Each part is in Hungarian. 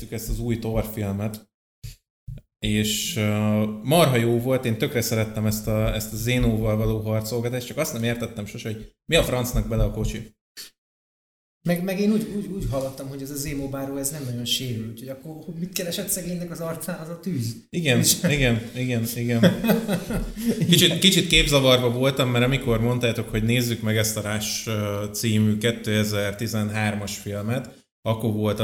megnéztük ezt az új Thor filmet, és marha jó volt, én tökre szerettem ezt a Zénóval való harcolgatást, csak azt nem értettem sose, hogy mi a francnak bele a kocsi. Meg én úgy hallottam, hogy ez a Zemo báró ez nem nagyon sérül, úgyhogy akkor mit keresett szegénynek az arcán, az a tűz? Igen. Kicsit képzavarba voltam, mert amikor mondtátok, hogy nézzük meg ezt a Rush című 2013-as filmet, akkor volt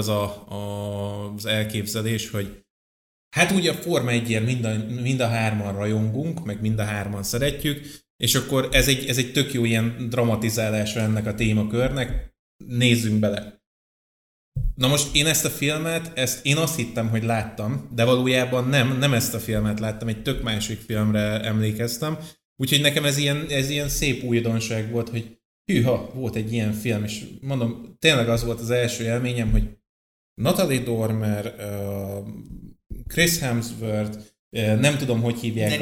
az elképzelés, hogy hát ugye a Forma 1-ért mind a hárman rajongunk, meg mind a hárman szeretjük, és akkor ez egy tök jó ilyen dramatizálása ennek a témakörnek, nézzünk bele. Na most én ezt a filmet, én azt hittem, hogy láttam, de valójában nem ezt a filmet láttam, egy tök másik filmre emlékeztem, úgyhogy nekem ez ilyen szép újdonság volt, hogy hűha, volt egy ilyen film, és mondom, tényleg az volt az első élményem, hogy Natalie Dormer, Chris Hemsworth, nem tudom, hogy hívják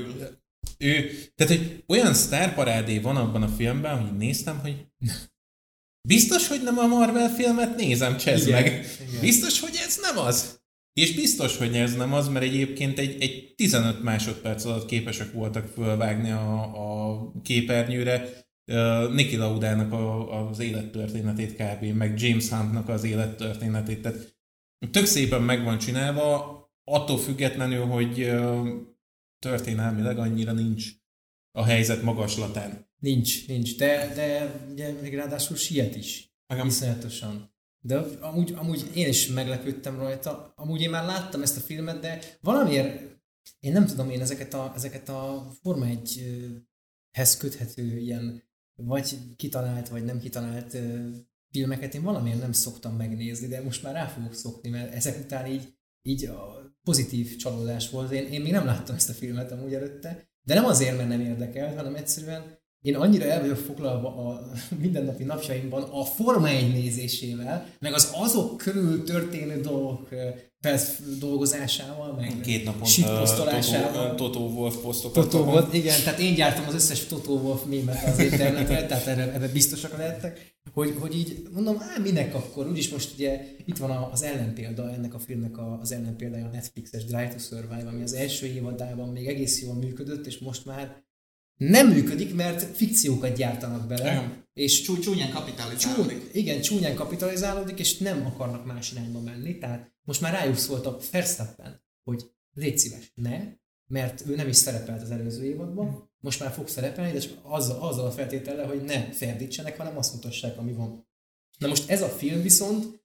tehát, hogy olyan sztárparádé van abban a filmben, hogy néztem, hogy biztos, hogy nem a Marvel filmet nézem, csezd meg. Igen. Biztos, hogy ez nem az. És biztos, hogy ez nem az, mert egyébként egy 15 másodperc alatt képesek voltak fölvágni a képernyőre Niki Laudának az élettörténetét kb. Meg James Huntnak az élettörténetét. Tehát tök szépen meg van csinálva, attól függetlenül, hogy történelmileg annyira nincs a helyzet magaslatán. Nincs, de ugye még ráadásul siet is. Iszonyatosan. De amúgy én is meglepődtem rajta. Amúgy én már láttam ezt a filmet, de valamiért én nem tudom, én ezeket a Forma 1-hez köthető ilyen vagy kitalált, vagy nem kitalált filmeket én valamiért nem szoktam megnézni, de most már rá fogok szokni, mert ezek után így a pozitív csalódás volt. Én még nem láttam ezt a filmet amúgy előtte, de nem azért, mert nem érdekelt, hanem egyszerűen én annyira el vagyok foglalva a mindennapi napjaimban a Forma 1 nézésével, meg az azok körül történő dolgok dolgozásával, meg két napon Toto Wolff posztokat kapom. Igen, tehát én gyártom az összes Toto Wolff mémet az internetre, tehát ebbe biztosak lehettek, hogy így mondom, minek akkor, úgyis most ugye itt van az ellenpélda, ennek a filmnek az ellenpéldája a Netflixes Drive to Survive, ami az első évadában még egész jól működött, és most már nem működik, mert fikciókat gyártanak bele. És csúnyán kapitalizálódik. Igen, csúnyán kapitalizálódik, és nem akarnak más irányba menni. Tehát most már rájuk szólt a Verstappen, hogy légy szíves, mert ő nem is szerepelt az előző évadban, most már fog szerepelni, de csak azzal a feltétellel, hogy ne ferdítsenek, hanem azt mutassák, ami van. Na most ez a film viszont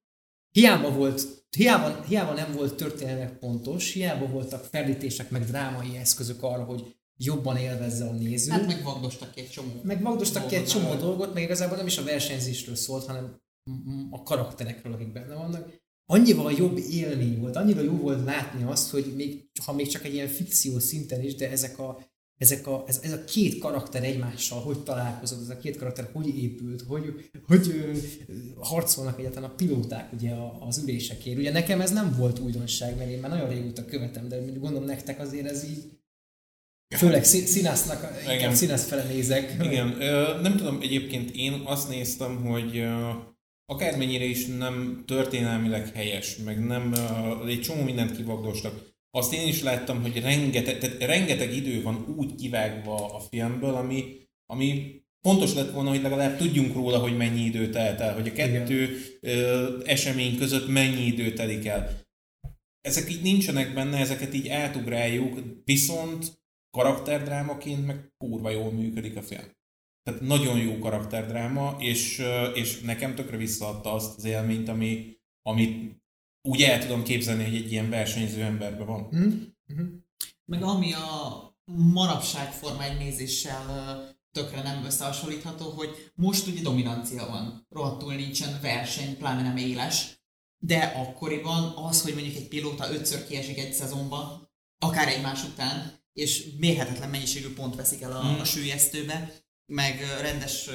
hiába nem volt történelmileg pontos, hiába voltak ferdítések, meg drámai eszközök arra, hogy jobban élvezze a néző. Hát megvagdostak ki egy csomó dolgot, meg igazából nem is a versenyzésről szólt, hanem a karakterekről, akik benne vannak. Annyival jobb élmény volt, annyira jó volt látni azt, hogy még csak egy ilyen fikció szinten is, de ez a két karakter egymással hogy találkozott, ez a két karakter hogy épült, hogy harcolnak egyáltalán a pilóták ugye az ülésekért. Ugye nekem ez nem volt újdonság, mert én már nagyon régóta követem, de gondolom nektek azért ez így főleg színásznak, inkább színász fele nézek. Igen, nem tudom, egyébként én azt néztem, hogy akármennyire is nem történelmileg helyes, meg nem egy csomó mindent kivagdostak. Azt én is láttam, hogy rengeteg idő van úgy kivágva a filmből, ami fontos lett volna, hogy legalább tudjunk róla, hogy mennyi idő telt el, hogy a kettő esemény között mennyi idő telik el. Ezek így nincsenek benne, ezeket így átugráljuk, viszont karakterdrámaként meg kurva jól működik a film. Tehát nagyon jó karakterdráma, és nekem tökre visszaadta azt az élményt, amit úgy el tudom képzelni, hogy egy ilyen versenyző emberben van. Meg ami a manapság Forma 1 nézéssel tökre nem összehasonlítható, hogy most ugye dominancia van. Rohadtul nincsen verseny, pláne nem éles. De akkoriban az, hogy mondjuk egy pilóta 5-ször kiesik egy szezonban, akár egymás után, és mérhetetlen mennyiségű pont veszik el a süllyesztőbe, meg rendes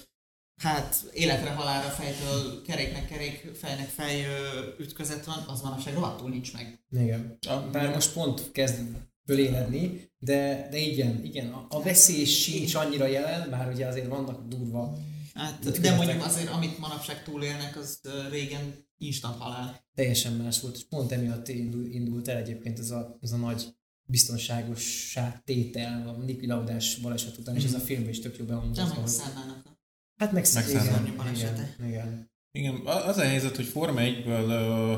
életre halálra fejtől keréknek kerék, fejnek fej ütközet van, az manapság rohadtul nincs meg. Igen. Bár most pont kezd föléledni, de igen, a veszély sincs annyira jelen, bár ugye azért vannak durva. De mondjuk azért, amit manapság túlélnek, az régen instant halál. Teljesen más volt, és pont emiatt indult el egyébként ez a nagy biztonságosság tétel a Niki Laudás baleset után, és ez a filmben is tök jó bemutatva. Hát meg igen. Az a helyzet, hogy Forma 1-ből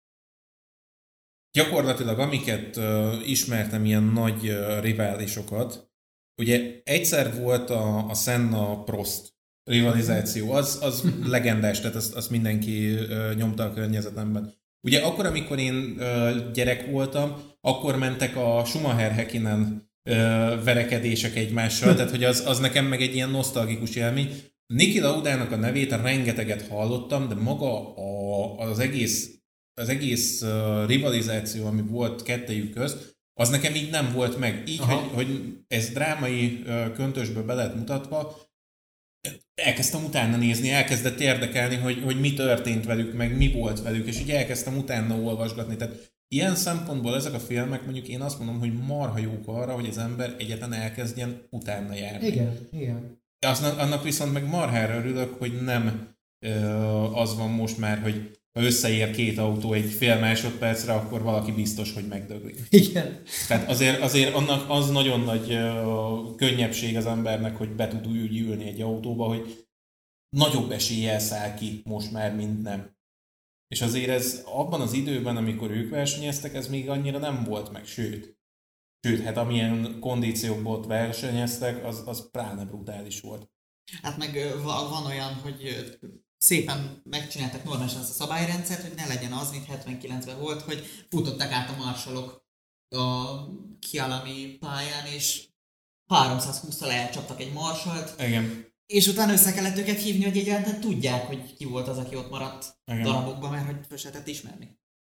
gyakorlatilag amiket ismertem, ilyen nagy riválisokat, ugye egyszer volt a Senna-Prost rivalizáció, az legendás, tehát azt mindenki nyomta a környezetemben. Ugye akkor, amikor én gyerek voltam, akkor mentek a Schumacher-Häkkinen verekedések egymással, tehát hogy az nekem meg egy ilyen nosztalgikus élmény. Niki Laudának a nevét rengeteget hallottam, de maga az egész rivalizáció, ami volt kettejük közt, az nekem így nem volt meg. Így, hogy ez drámai köntösből be lett mutatva, elkezdtem utána nézni, elkezdett érdekelni, hogy mi történt velük, meg mi volt velük, és így elkezdtem utána olvasgatni. Tehát ilyen szempontból ezek a filmek, mondjuk én azt mondom, hogy marha jók arra, hogy az ember egyetlen elkezdjen utána járni. Igen. Annak viszont meg marhára örülök, hogy nem az van most már, hogy ha összeér két autó egy fél másodpercre, akkor valaki biztos, hogy megdöglik. Igen. Tehát azért annak az nagyon nagy könnyebbség az embernek, hogy be tud úgy ülni egy autóba, hogy nagyobb eséllyel száll ki most már, mint nem. És azért ez abban az időben, amikor ők versenyeztek, ez még annyira nem volt meg, sőt, hát amilyen kondíciókból ott versenyeztek, az pláne brutális volt. Hát meg van olyan, hogy szépen megcsináltak normálisan azt a szabályrendszert, hogy ne legyen az, mint 79-ben volt, hogy futottak át a marsalok a Kialami pályán, és 320-tal elcsaptak egy marsalt. Igen. És utána össze kellett őket hívni, hogy egyáltalán tudják, hogy ki volt az, aki ott maradt darabokban, mert hogy föl se lehetett ismerni.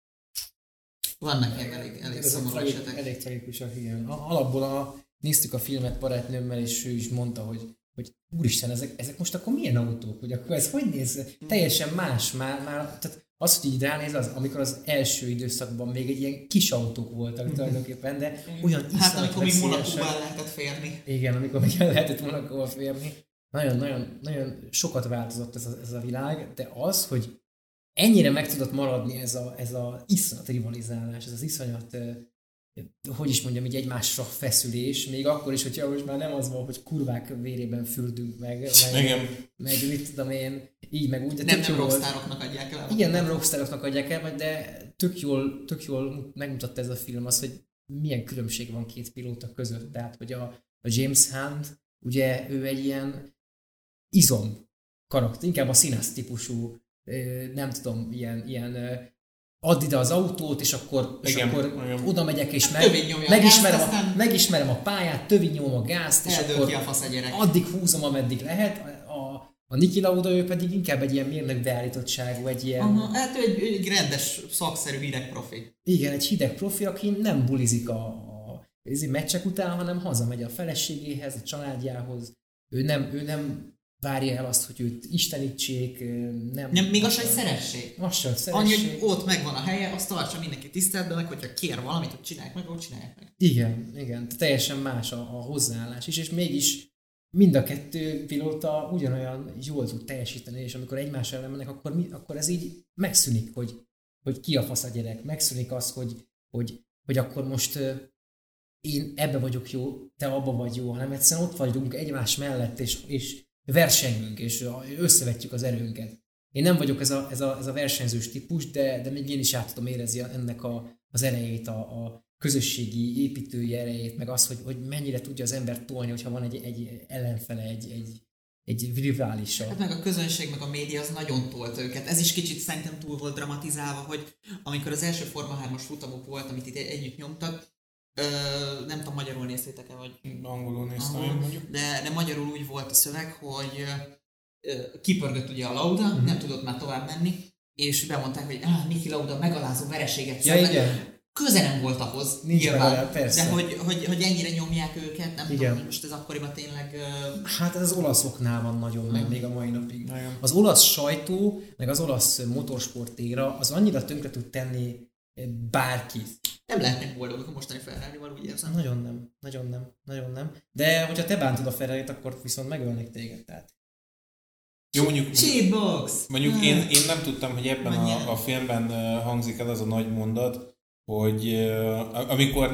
Vannak ilyen elég szomorú esetek. Elég tragikusak, igen. Alapból néztük a filmet barátnőmmel, és ő is mondta, hogy úristen, ezek most akkor milyen autók? Hogy akkor ez hogy néz? Teljesen más már tehát az, hogy így ránéz, amikor az első időszakban még egy ilyen kis autók voltak tulajdonképpen, de olyan iszonyat hát amikor még Monacóban lehetett férni. Igen, amikor még lehetett Monacóban férni. Nagyon sokat változott ez a világ, de az, hogy ennyire meg tudott maradni ez a iszonyat rivalizálás, ez az iszonyat, hogy is mondjam, így egymásra feszülés, még akkor is, hogyha most már nem az van, hogy kurvák vérében fürdünk meg mit tudom én, így meg úgy, de nem rockstároknak adják el. Igen, nem rockstároknak adják el, de tök jól megmutatta ez a film az, hogy milyen különbség van két pilóta között. Tehát, hogy a James Hunt, ugye ő egy ilyen izom karakter, inkább a színász típusú, nem tudom, ilyen add ide az autót, és akkor oda megyek, és megismerem a pályát, tövig nyomom a gázt, és akkor addig húzom, ameddig lehet. A Niki Lauda, ő pedig inkább egy ilyen mérnök beállítottságú, egy ilyen... Hát ő egy rendes, szakszerű hideg profi. Igen, egy hideg profi, aki nem bulizik a meccsek után, hanem hazamegy a feleségéhez, a családjához. Ő nem várja el azt, hogy őt istenítsék, még azt sem szeressék. Annyi, hogy ott megvan a helye, azt tartsa mindenki tiszteletben, meg hogyha kér valamit, hogy csinálják meg, ott csinálják meg. Igen, teljesen más a hozzáállás is, és mégis mind a kettő pilóta ugyanolyan jól tud teljesíteni, és amikor egymás ellen mennek, akkor ez így megszűnik, hogy ki a fasz a gyerek, megszűnik az, hogy akkor most én ebbe vagyok jó, te abba vagy jó, hanem egyszerűen ott vagyunk egymás mellett, és versengünk, és összevetjük az erőnket. Én nem vagyok ez a versenyzős típus, de még én is át tudom érezni ennek az erejét, a közösségi építői erejét, meg az, hogy mennyire tudja az ember tolni, hogyha van egy ellenfele, egy riválisa. Hát meg a közönség, meg a média az nagyon tolt őket. Ez is kicsit szerintem túl volt dramatizálva, hogy amikor az első Forma 3-as futamok volt, amit itt együtt nyomtak, nem tudom, magyarul néztétek-e, vagy... Angolul néztem én mondjuk. De magyarul úgy volt a szöveg, hogy kipörgött ugye a Lauda, nem tudott már tovább menni, és bemondták, hogy Niki Lauda megalázó vereséget szenved. Köze nem volt ahhoz, nincs nyilván, de hogy ennyire nyomják őket, nem tudom, most ez akkoriban tényleg... Hát ez az olaszoknál van nagyon meg még a mai napig. Az olasz sajtó, meg az olasz motorsportéra az annyira tönkre tud tenni bárkit. Nem lehetnek boldogok a mostani Ferrarival, úgy érzem. Nagyon nem. De hogyha te bántod a Ferrarit, akkor viszont megölnék téged. Tehát. Jó, mondjuk Cheatbox! én nem tudtam, hogy ebben a filmben hangzik el az a nagy mondat, hogy amikor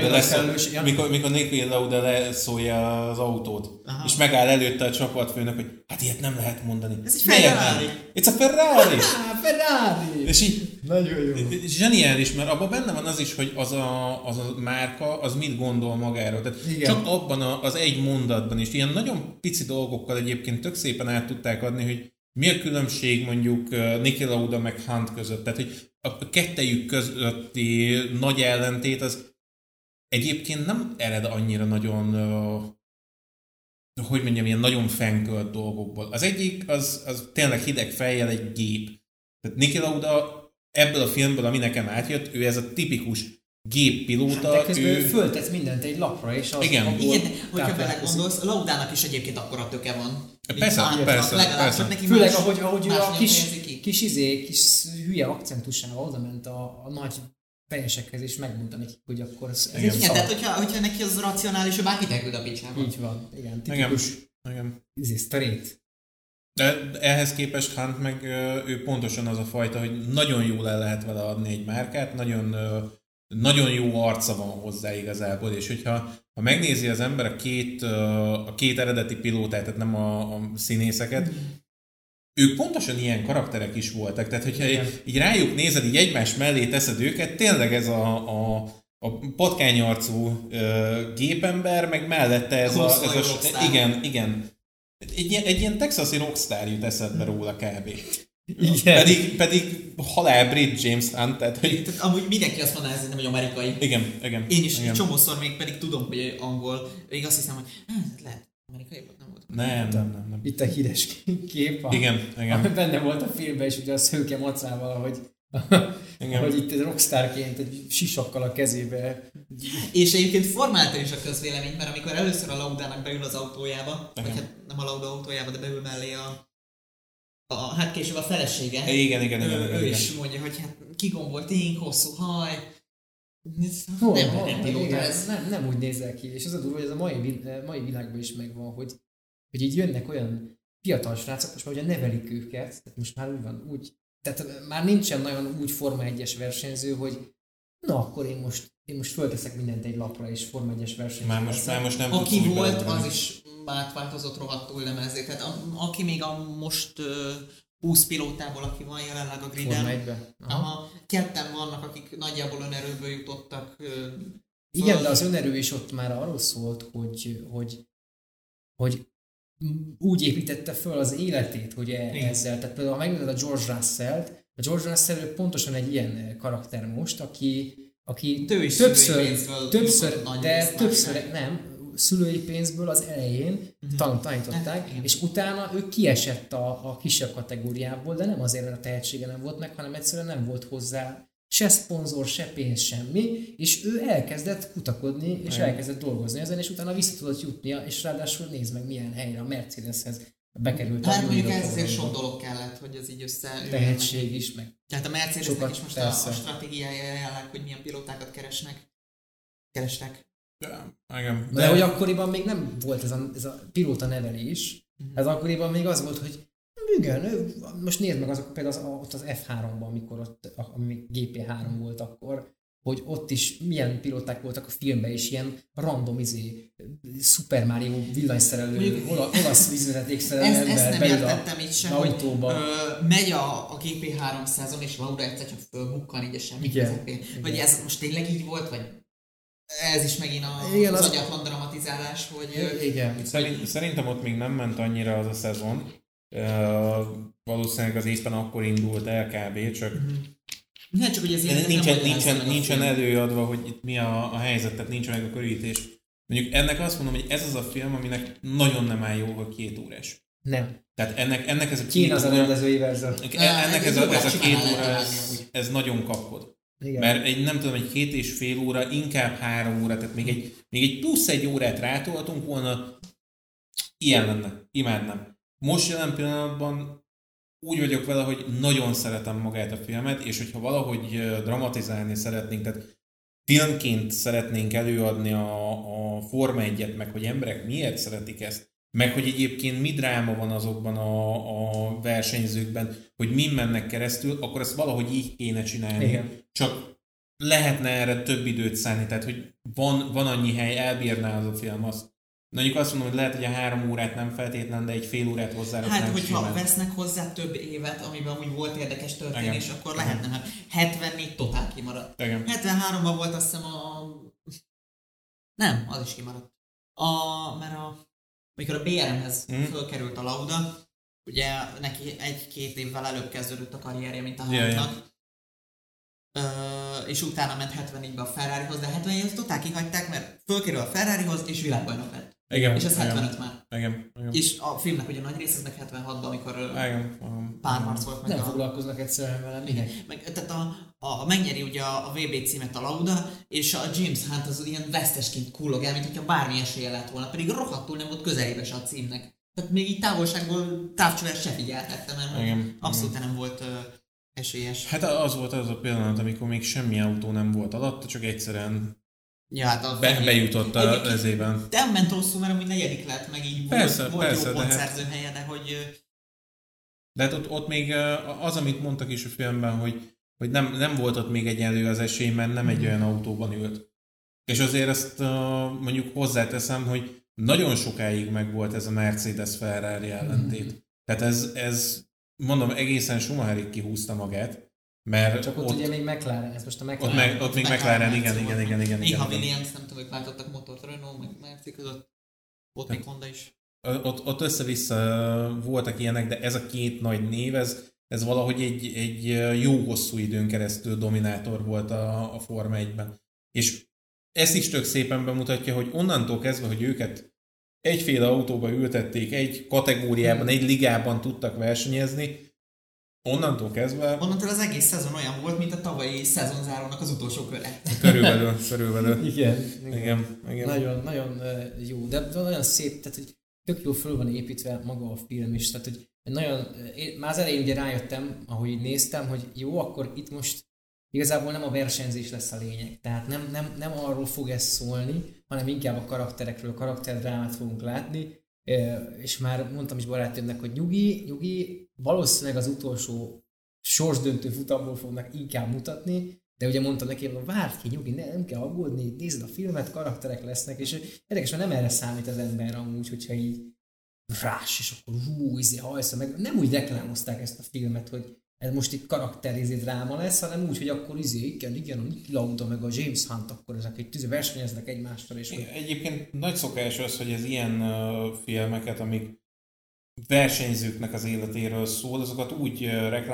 Niki Lauda leszólja az autót, és megáll előtte a csapatfőnök, hogy hát ilyet nem lehet mondani. Ez egy Ferrari! It's a Ferrari! Ferrari! És így nagyon jó. Zseniális, mert abban benne van az is, hogy az a márka, az mit gondol magáról. Tehát csak abban az egy mondatban is, ilyen nagyon pici dolgokkal egyébként tök szépen át tudták adni, hogy mi a különbség mondjuk Niki Lauda meg Hunt között. Tehát, hogy a kettejük közötti nagy ellentét az egyébként nem ered annyira nagyon, hogy mondjam, ilyen nagyon fenkölt dolgokból. Az egyik, az tényleg hideg fejjel egy gép. Tehát Niki Lauda ebből a filmből, ami nekem átjött, ő ez a tipikus géppilóta. De közben ő föltett mindent egy lapra, és az igen, hogyha belegondolsz, Laudának is egyébként akkora töke van. Persze. Főleg, ahogy ő a kis hülye akcentusával oda ment a nagy fejesekhez, és megmondta nekik, hogy akkor ez igen, tehát hogyha neki az racionális, ő bárkit elküld a bicsába. Így van, igen, tipikus straight. De ehhez képest Hunt meg ő pontosan az a fajta, hogy nagyon jól el lehet vele adni egy márkát, nagyon jó arca van hozzá igazából, és hogyha megnézi az ember a két eredeti pilótát, tehát nem a színészeket, ők pontosan ilyen karakterek is voltak, tehát hogyha így rájuk nézed, így egymás mellé teszed őket, tényleg ez a patkányarcú gépember, meg mellette ez a igen. Egy ilyen texasi rockstar jut eszedbe róla kb. Igen. Pedig halál brit James Hunt, tehát amúgy mindenki azt mondaná, ez nem egy amerikai. Igen. Én is csomószor még pedig tudom, hogy angol. Még azt hiszem, hogy lehet amerikai volt, nem volt. Nem. Itt a híres kép, igen. Benne volt a filmben is, ugye a szőke macával, hogy itt egy rockstarként egy sisakkal a kezébe. És egyébként formálta is a közvéleményt, mert amikor először a Laudának beül az autójába, vagy hát nem a Lauda autójába, de beül mellé hát később a felesége. Igen. Ő is mondja, hogy hát kigomboltink, hosszú haj. Nem úgy nézel ki. És az a durva, hogy ez a mai világban is megvan, hogy így jönnek olyan fiatal srácok, most már ugye nevelik őket, tehát most már úgy tehát már nincsen nagyon úgy Forma 1-es versenyző, hogy na akkor én most fölteszek mindent egy lapra, és Forma 1-es versenyző. Már most nem aki volt, az is átváltozott rohadtul lemezé. Tehát aki még a most 20 pilótából, aki van jelenleg a griden, ketten vannak, akik nagyjából önerőből jutottak. Igen, de az önerő is ott már arról szólt, hogy úgy építette föl az életét, hogy ezzel. Tehát például, ha megnézed a George Russell pontosan egy ilyen karakter most, aki többször szülői pénzből az elején tanították, és utána ő kiesett a kisebb kategóriából, de nem azért, mert a tehetsége nem volt meg, hanem egyszerűen nem volt hozzá se szponzor, se pénz, semmi, és ő elkezdett kutakodni, és elkezdett dolgozni ezen, és utána vissza tudott jutnia, és ráadásul nézd meg milyen helyre a Mercedeshez bekerült. Hát mondjuk ez azért sok dolog kellett, hogy ez így összeüljön. Tehetség is, meg. Tehát a Mercedesnek is most a stratégiája jelenleg, hogy milyen pilótákat kerestek. De hogy akkoriban még nem volt ez a pilóta nevelés, ez akkoriban még az volt, hogy igen, most nézd meg azok például ott az F3-ban, amikor ami GP3 volt akkor, hogy ott is milyen pilóták voltak a filmben, és ilyen random Super Mario villanyszerelő, olasz vízvezetékszerelő ember beül az autóba. Megy a GP300-on, és Lauda egyszer csak fölbukkan így a semmi közepén. Vagy ez most tényleg így volt, vagy ez is megint az agyatlan dramatizálás, hogy... Igen. Szerintem ott még nem ment annyira az a szezon. Valószínűleg az éppen akkor indult el kb. Csak... Nem csak, hogy ez nincsen előadva, hogy itt mi a helyzet, tehát nincs meg a körítés. Mondjuk ennek azt mondom, hogy ez az a film, aminek nagyon nem áll jó, hogy 2 órás. Nem. Tehát ennek ez a 2 óra... az a rendezői verzió. Ennek ez a 2 óra, ez nagyon kapkod. Igen. Mert nem tudom, egy 2,5 óra, inkább 3 óra, tehát még egy plusz 1 órát rátoltunk volna, ilyen lenne, imádnám. Most jelen pillanatban úgy vagyok vele, hogy nagyon szeretem magát a filmet, és hogyha valahogy dramatizálni szeretnénk, tehát filmként szeretnénk előadni a Forma 1-et, meg hogy emberek miért szeretik ezt, meg hogy egyébként mi dráma van azokban a versenyzőkben, hogy mi mennek keresztül, akkor ezt valahogy így kéne csinálni. Igen. Csak lehetne erre több időt szánni, tehát hogy van annyi hely, elbírná az a film azt. Mondjuk azt mondom, hogy lehet, hogy a 3 órát nem feltétlen, de egy fél órát hozzáraknám. Hát, hogyha vesznek hozzá több évet, amiben amúgy volt érdekes történés, igen, akkor lehetne, mert 74 totál kimaradt. Igen. 73-ban volt azt hiszem Nem, az is kimaradt. Mert amikor a BRM-hez fölkerült a Lauda, ugye neki 1-2 évvel előbb kezdődött a karrierje, mint a Hamiltonnak. És utána ment 74-be a Ferrarihoz, de 74-hez totál kihagyták, mert fölkerül a Ferrarihoz, és világbajnok lett. Igen, és ez 75 már. Igen. És a filmnek ugye nagy része, ez meg 76-ban, amikor párharc volt. Nem foglalkoznak egyszerűen velem. Igen. Tehát megnyeri ugye a VB címet a Lauda, és a James Hunt az ilyen vesztesként kullog el, mint hogyha bármi esélye lett volna, pedig rohadtul nem volt közelébe se a címnek. Tehát még így távolságból távcsolás se figyeltettem, mert abszolút nem volt esélyes. Hát az volt az a pillanat, amikor még semmi autó nem volt alatta, csak egyszerűen bejutott a ezében. Nem ment rosszul, mert amúgy 4. lett, meg így volt jó pontszerző helye, de hogy... De hát ott még az, amit mondtak is a filmben, hogy nem volt ott még egyenlő az esély, mert nem egy olyan autóban ült. És azért ezt mondjuk hozzáteszem, hogy nagyon sokáig megvolt ez a Mercedes-Ferrari ellentét. Tehát ez mondom, egészen Schumacherig kihúzta magát. Mert csak ott ugye még McLaren, ez most a McLaren. Ott még McLaren, igen. Néha Williams, nem tudom, hogy váltottak motort, Renault, meg Merci között, ott még Honda is. Ott össze-vissza voltak ilyenek, de ez a 2 nagy név, ez valahogy egy jó hosszú időn keresztül dominátor volt a Forma 1-ben. És ezt is tök szépen bemutatja, hogy onnantól kezdve, hogy őket egyféle autóba ültették, egy kategóriában, egy ligában tudtak versenyezni, onnantól kezdve... Onnantól az egész szezon olyan volt, mint a tavalyi szezonzárónak az utolsó köre. Körülbelül. Igen. Nagyon jó, de nagyon szép, tehát hogy tök jól föl van építve maga a film is, tehát hogy nagyon, már az elején ugye rájöttem, ahogy így néztem, hogy jó, akkor itt most igazából nem a versenyzés lesz a lényeg, tehát nem arról fog ez szólni, hanem inkább a karakterekről, a karakterdrámát fogunk látni, és már mondtam is barátomnak, hogy nyugi, valószínűleg az utolsó sorsdöntő futamból fognak inkább mutatni, de ugye mondtam neki, hogy várj ki, nyugi, nem kell aggódni, nézd a filmet, karakterek lesznek, és érdekes, mert nem erre számít az ember amúgy, hogyha így rás, és akkor hajsza meg. Nem úgy reklámozták ezt a filmet, hogy ez most itt karakterizé dráma lesz, hanem úgy, hogy akkor igen, a Niki Lauda meg a James Hunt, akkor ezek egy versenyeznek egymással. És egyébként nagy szokás az, hogy az ilyen filmeket, amik versenyzőknek az életéről szól, azokat úgy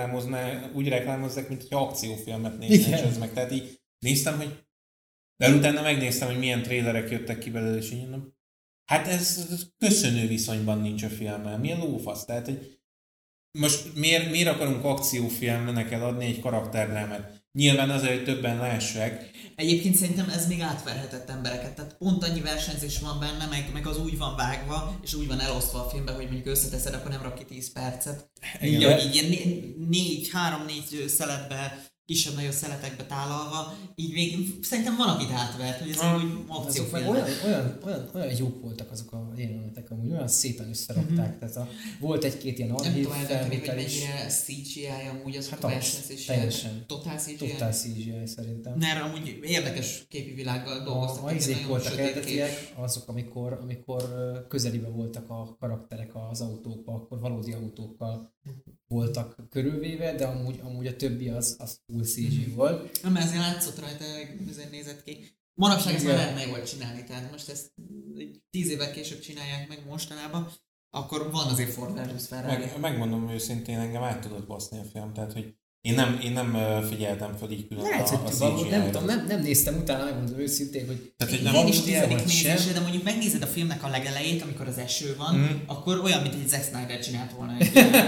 reklámozzák, mint hogy akciófilmet néznek meg. Tehát így néztem, hogy de utána megnéztem, hogy milyen trélerek jöttek ki belőle, és így nem. Hát ez köszönő viszonyban nincs a filmmel. Milyen lófasz. Tehát, hogy most miért akarunk akciófilmnek adni egy karakterdrámát? Nyilván azért, hogy többen lássák. Egyébként szerintem ez még átverhetett embereket. Tehát pont annyi versenyzés van benne, meg az úgy van vágva, és úgy van elosztva a filmben, hogy mondjuk összeteszed, akkor nem rak ki 10 percet. Így, hogy így 3-4 szeletbe, kisebb-nagyobb szeletekbe tálalva, így még szerintem van, akit átvert, hogy ez úgy akciófilm. Olyan jók voltak azok a jelenetek, amúgy olyan szépen összerakták. Tehát volt egy-két ilyen archív felvétel is. Nem tudom mennyire CGI amúgy azok a versenyzés. Teljesen. Totál CGI? Totál CGI szerintem. Mert amúgy érdekes képi világgal dolgoztak. A izék voltak eredetiek, azok, amikor közelibe voltak a karakterek az autókba, akkor valódi autókkal voltak körülvéve, de amúgy a többi az full CG volt. Nem, ezért látszott rajta, ezért nézett ki. Manapság ezt már lehetne jól csinálni, tehát most ezt 10 évvel később csinálják meg mostanában, akkor van azért Ford versus Ferrari. Megmondom őszintén, engem át tudott baszni a film, tehát hogy én nem figyeltem fel így külön a CGI-ra. Nem néztem utána, megmondom őszintén, hogy én is 10. nézésre, de mondjuk megnézed a filmnek a legelejét, amikor az eső van, akkor olyan, mint egy Zack Snyder csinált volna.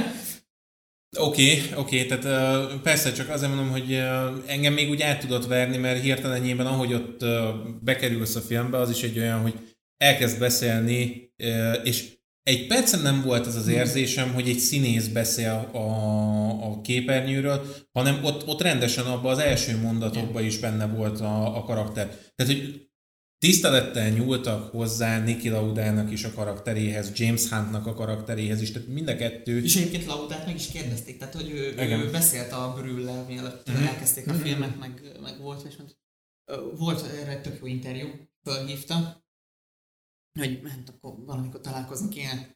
Oké, tehát persze csak azért mondom, hogy engem még úgy át tudott verni, mert hirtelenjében, ahogy ott bekerülsz a filmbe, az is egy olyan, hogy elkezd beszélni, és egy percen nem volt az érzésem, hogy egy színész beszél a képernyőről, hanem ott rendesen abban az első mondatokban is benne volt a karakter. Tehát, hogy tisztelettel nyúltak hozzá Niki Laudának is a karakteréhez, James Huntnak a karakteréhez is, tehát mind a kettő. És egyébként Laudát meg is kérdezték, tehát hogy ő beszélt a Brüllel, mielőtt elkezdték a filmet, meg volt, és volt erre egy tök jó interjú, fölhívta, hogy hát akkor valamikor találkozni kéne.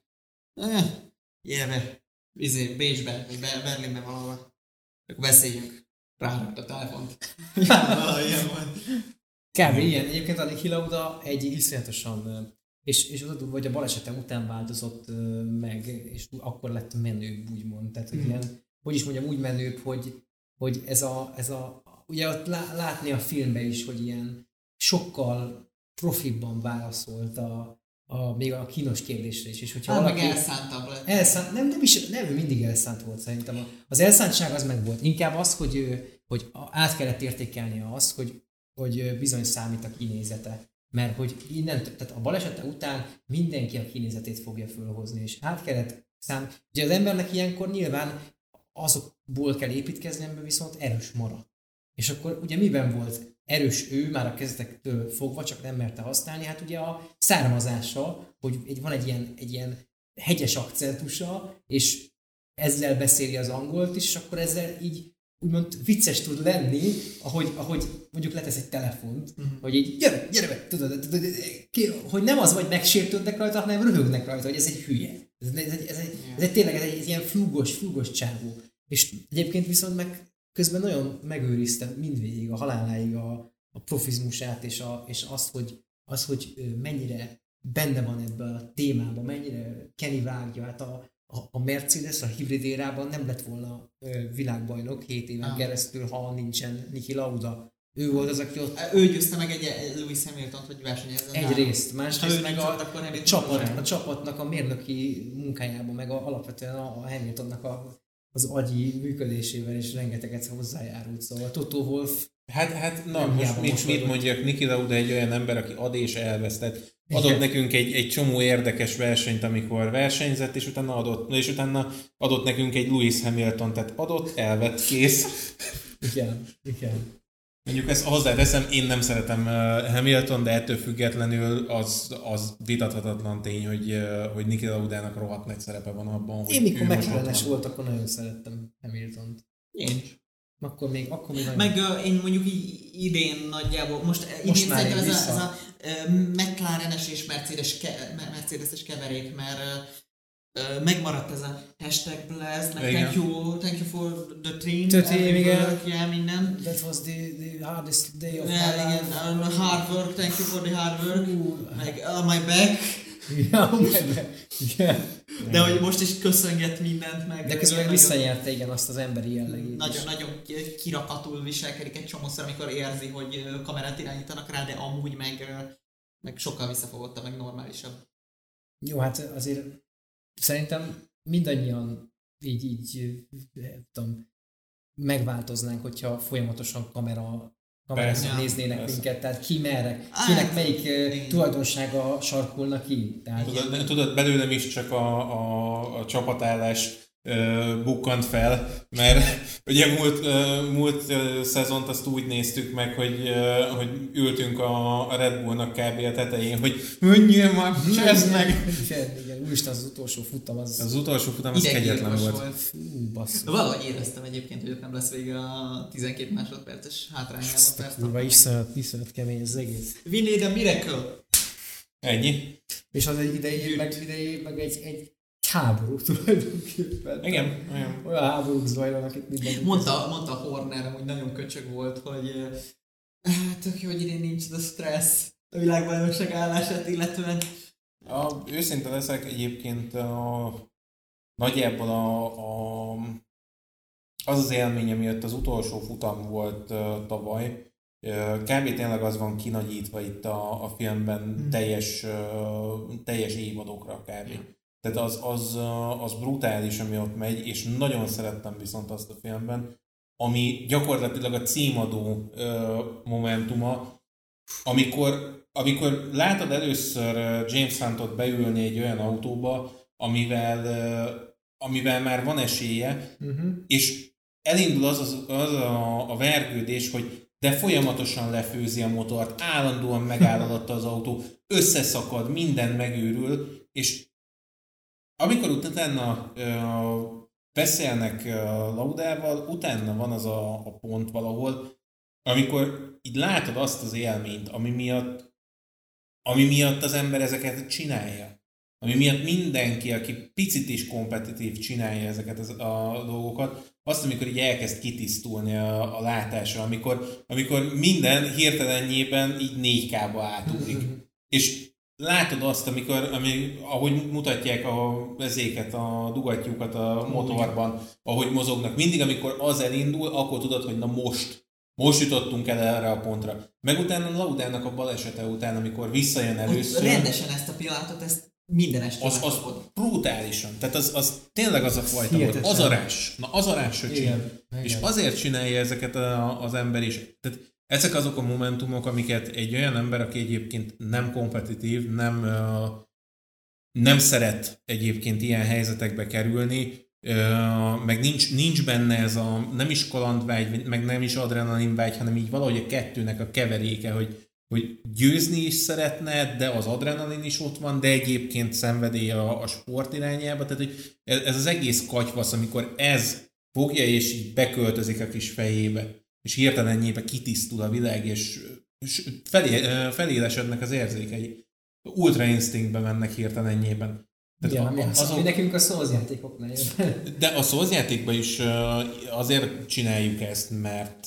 Jövő, Bécsbe, vagy Berlinbe valahol. Akkor beszéljünk. Rárakta a telefont. Ilyen volt. Kb. Ilyen. Egyébként a Niki Lauda egy iszonyatosan, és az a durva, hogy a balesete után változott meg, és akkor lett menőbb, úgymond. Tehát, hogy ilyen, hogy is mondjam, úgy menőbb, hogy ez a ugye ott látni a filmben is, hogy ilyen sokkal profibban válaszolt még a kínos kérdésre is. És hogyha valaki elszántabb lett. Nem, ő mindig elszánt volt szerintem. Az elszántság az meg volt. Inkább az, hogy át kellett értékelnie azt, hogy bizony számít a kinézete. Mert hogy tehát a balesete után mindenki a kinézetét fogja fölhozni, és át kellett ugye az embernek ilyenkor nyilván azokból kell építkezni, amiben viszont erős maradt. És akkor ugye miben volt erős ő már a kezdetektől fogva, csak nem merte használni, hát ugye a származása, hogy van egy ilyen hegyes akcentusa, és ezzel beszéli az angolt is, és akkor ezzel így úgymond vicces tud lenni, ahogy mondjuk letesz egy telefont, hogy így gyere be, tudod, hogy nem az vagy megsértődnek rajta, hanem röhögnek rajta, hogy ez egy hülye. Ez tényleg egy ilyen flúgos csávó. És egyébként viszont meg közben nagyon megőrizte mindvégig, a haláláig a profizmusát, és azt, hogy mennyire benne van ebben a témában, mennyire Kenny vágja. Hát a Mercedes a hibrid érában nem lett volna világbajnok 7 éven keresztül, ha nincsen Niki Lauda. Ő volt az, aki ott... Ő győzte meg egy Lewis Hamiltont, hogy versenyezzen. Egyrészt, másrészt meg a csapatnak a mérnöki munkájában, meg alapvetően a Hamiltonnak az agyi működésével is rengeteget hozzájárult, szóval Toto Wolff. Hát na, most mit mondjak, Niki Lauda egy olyan ember, aki ad és elvesztett. Adott nekünk egy csomó érdekes versenyt, amikor versenyzett, és utána adott nekünk egy Lewis Hamilton, tehát adott, elvett, kész. Igen. Mondjuk ezt hozzáteszem, én nem szeretem Hamilton, de ettől függetlenül az vitathatatlan tény, hogy Niki Laudának rohadt nagy szerepe van abban, hogy én mikor McLaren-es volt, akkor nagyon szerettem Hamiltont. Én is. Akkor még nagyon... Meg én mondjuk idén nagyjából, most már ez a McLaren-es és Mercedes-es keverék, mert megmaradt ez a hashtag blast, meg thank you for the team, igen. Yeah, minden. That was the hardest day of my life. Hard work, thank you for the hard work. Meg my back. Yeah. De hogy most is köszönget mindent meg. De közben meg visszanyerte igen azt az emberi jellegét. Nagyon kirakatul viselkedik egy csomószor, amikor érzi, hogy kamerát irányítanak rá, de amúgy meg sokkal visszafogottabb, meg normálisabb. Jó, hát azért szerintem mindannyian így tudom, megváltoznánk, hogyha folyamatosan kamerán néznének minket, tehát ki merre, kinek melyik tulajdonsága sarkulna ki. Tehát tudod, belőlem is csak a csapatállás bukkant fel, mert ugye múlt szezont azt úgy néztük meg, hogy ültünk a Red Bullnak kb. A tetején, hogy mondjál már, cseszd meg! Igen, úristen, az utolsó futam az kegyetlen volt. Fú, basszus. Valahogy éreztem egyébként, hogy nem lesz vége a 12 másodperces hátrányával. Iszonyat kemény az egész. We need a miracle! Ennyi. És az egy idején meg egy háború tulajdonképpen. Igen. Olyan háborúk zajlanak itt mindenki. Mondta Horner, hogy nagyon köcsög volt, hogy tök jó, hogy idén nincs az stressz a világbajnokság állását illetően. Őszinte leszek, egyébként nagyjából az élményem miatt az utolsó futam volt tavaly. Kb. Tényleg az van kinagyítva itt a filmben teljes évadokra kb. Tehát az brutális, ami ott megy, és nagyon szerettem viszont azt a filmben, ami gyakorlatilag a címadó momentuma, amikor látod először James Huntot beülni egy olyan autóba, amivel már van esélye, és elindul az a vergődés, hogy de folyamatosan lefőzi a motort, állandóan megáll alatta az autó, összeszakad, minden megőrül, és amikor utána beszélnek Laudával, utána van az a pont valahol, amikor így látod azt az élményt, ami miatt az ember ezeket csinálja. Ami miatt mindenki, aki picit is kompetitív csinálja ezeket a dolgokat, azt, amikor így elkezd kitisztulni a látása, amikor minden hirtelenjében így 4K-ba átugrik. És látod azt, ahogy mutatják ezéket, a dugattyúkat a motorban, ahogy mozognak. Mindig, amikor az elindul, akkor tudod, hogy na most jutottunk el erre a pontra. Meg utána Laudának a balesete után, amikor visszajön először... Rendesen ezt a pillanatot, ezt minden este az brutálisan. Tehát az tényleg az a fajta volt. Az a rás, és azért csinálja ezeket az ember is. Tehát ezek azok a momentumok, amiket egy olyan ember, aki egyébként nem kompetitív, nem szeret egyébként ilyen helyzetekbe kerülni, meg nincs benne ez nem is kalandvágy, meg nem is adrenalinvágy, hanem így valahogy a kettőnek a keveréke, hogy győzni is szeretne, de az adrenalin is ott van, de egyébként szenvedély a sport irányába. Tehát hogy ez az egész katyvasz, amikor ez fogja és így beköltözik a kis fejébe, és hirtelenjébe kitisztul a világ, és felélesednek az érzékei. Ultra Instinctbe mennek hirtelenjében. Mi nekünk a Souls-játékoknál jön. De a Souls-játékban is azért csináljuk ezt, mert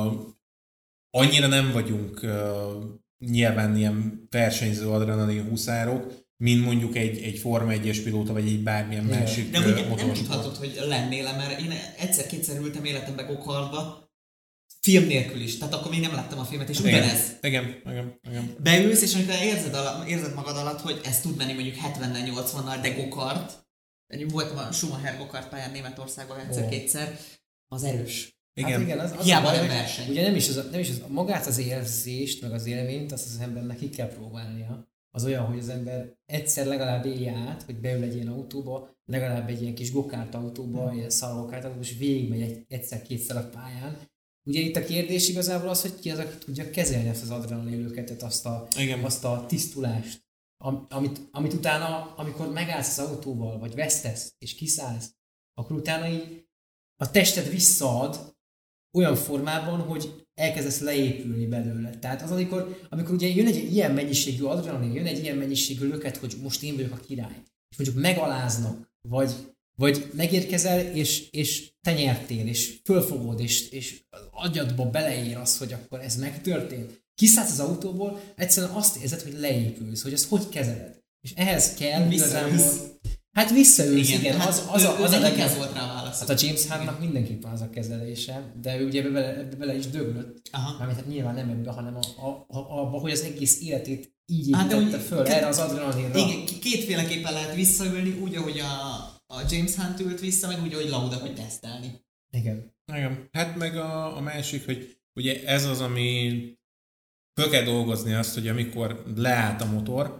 annyira nem vagyunk nyilván ilyen versenyző adrenalin huszárok, mint mondjuk egy Forma 1-es pilóta, vagy egy bármilyen másik de motorsport. Nem tudhatod, hogy lennél, mert én egyszer-kétszer ültem életemben go-kartba, film nélkül is, tehát akkor még nem láttam a filmet, és ugyanez. Igen. Beülsz, és amikor érzed magad alatt, hogy ez tud menni mondjuk 70-nel, 80-nal, de go-kart. Voltam a Schumacher go-kart pályán Németországban egyszer-kétszer, az erős. Igen. Hát igen, az hiába nem verseny. Ugye nem is magát az érzést, meg az élményt, azt az embernek ki kell próbálnia. Az olyan, hogy az ember egyszer legalább élje át, hogy beül egy ilyen autóba, legalább egy ilyen kis go-kart autóba, ilyen szalagokart autóba, és végigmegy egyszer-kétszer a pályán. Ugye itt a kérdés igazából az, hogy ki az, aki tudja kezelni ezt az adrenalinlöketet, azt a tisztulást, amit utána, amikor megállsz az autóval, vagy vesztesz, és kiszállsz, akkor utána így a tested visszaad olyan formában, hogy elkezdesz leépülni belőle. Tehát az, amikor ugye jön egy ilyen mennyiségű adrenalin, jön egy ilyen mennyiségű löket, hogy most én vagyok a király, és mondjuk megaláznak, vagy megérkezel, és te nyertél, és fölfogod, és agyadba beleér az, hogy akkor ez megtörtént. Kiszállsz az autóból, egyszerűen azt érzed, hogy leépülsz, hogy ezt hogy kezeled. És ehhez kell igazából... Hát visszaülsz, igen. Az a legjobb volt rá a válasz. Hát a James Huntnak mindenképpen az a kezelése, de ő ugye ebbe bele is döglött. Mármint hát nyilván nem ebbe, hanem abba, hogy az egész életét így építette föl, erre az adrenalinra. Igen, kétféleképpen lehet visszaülni, úgy, ahogy a James Hunt ült vissza, meg úgy, ahogy Lauda, hogy tesztelni. Igen. Hát meg a másik, hogy ugye ez az, ami föl kell dolgozni azt, hogy amikor leállt a motor,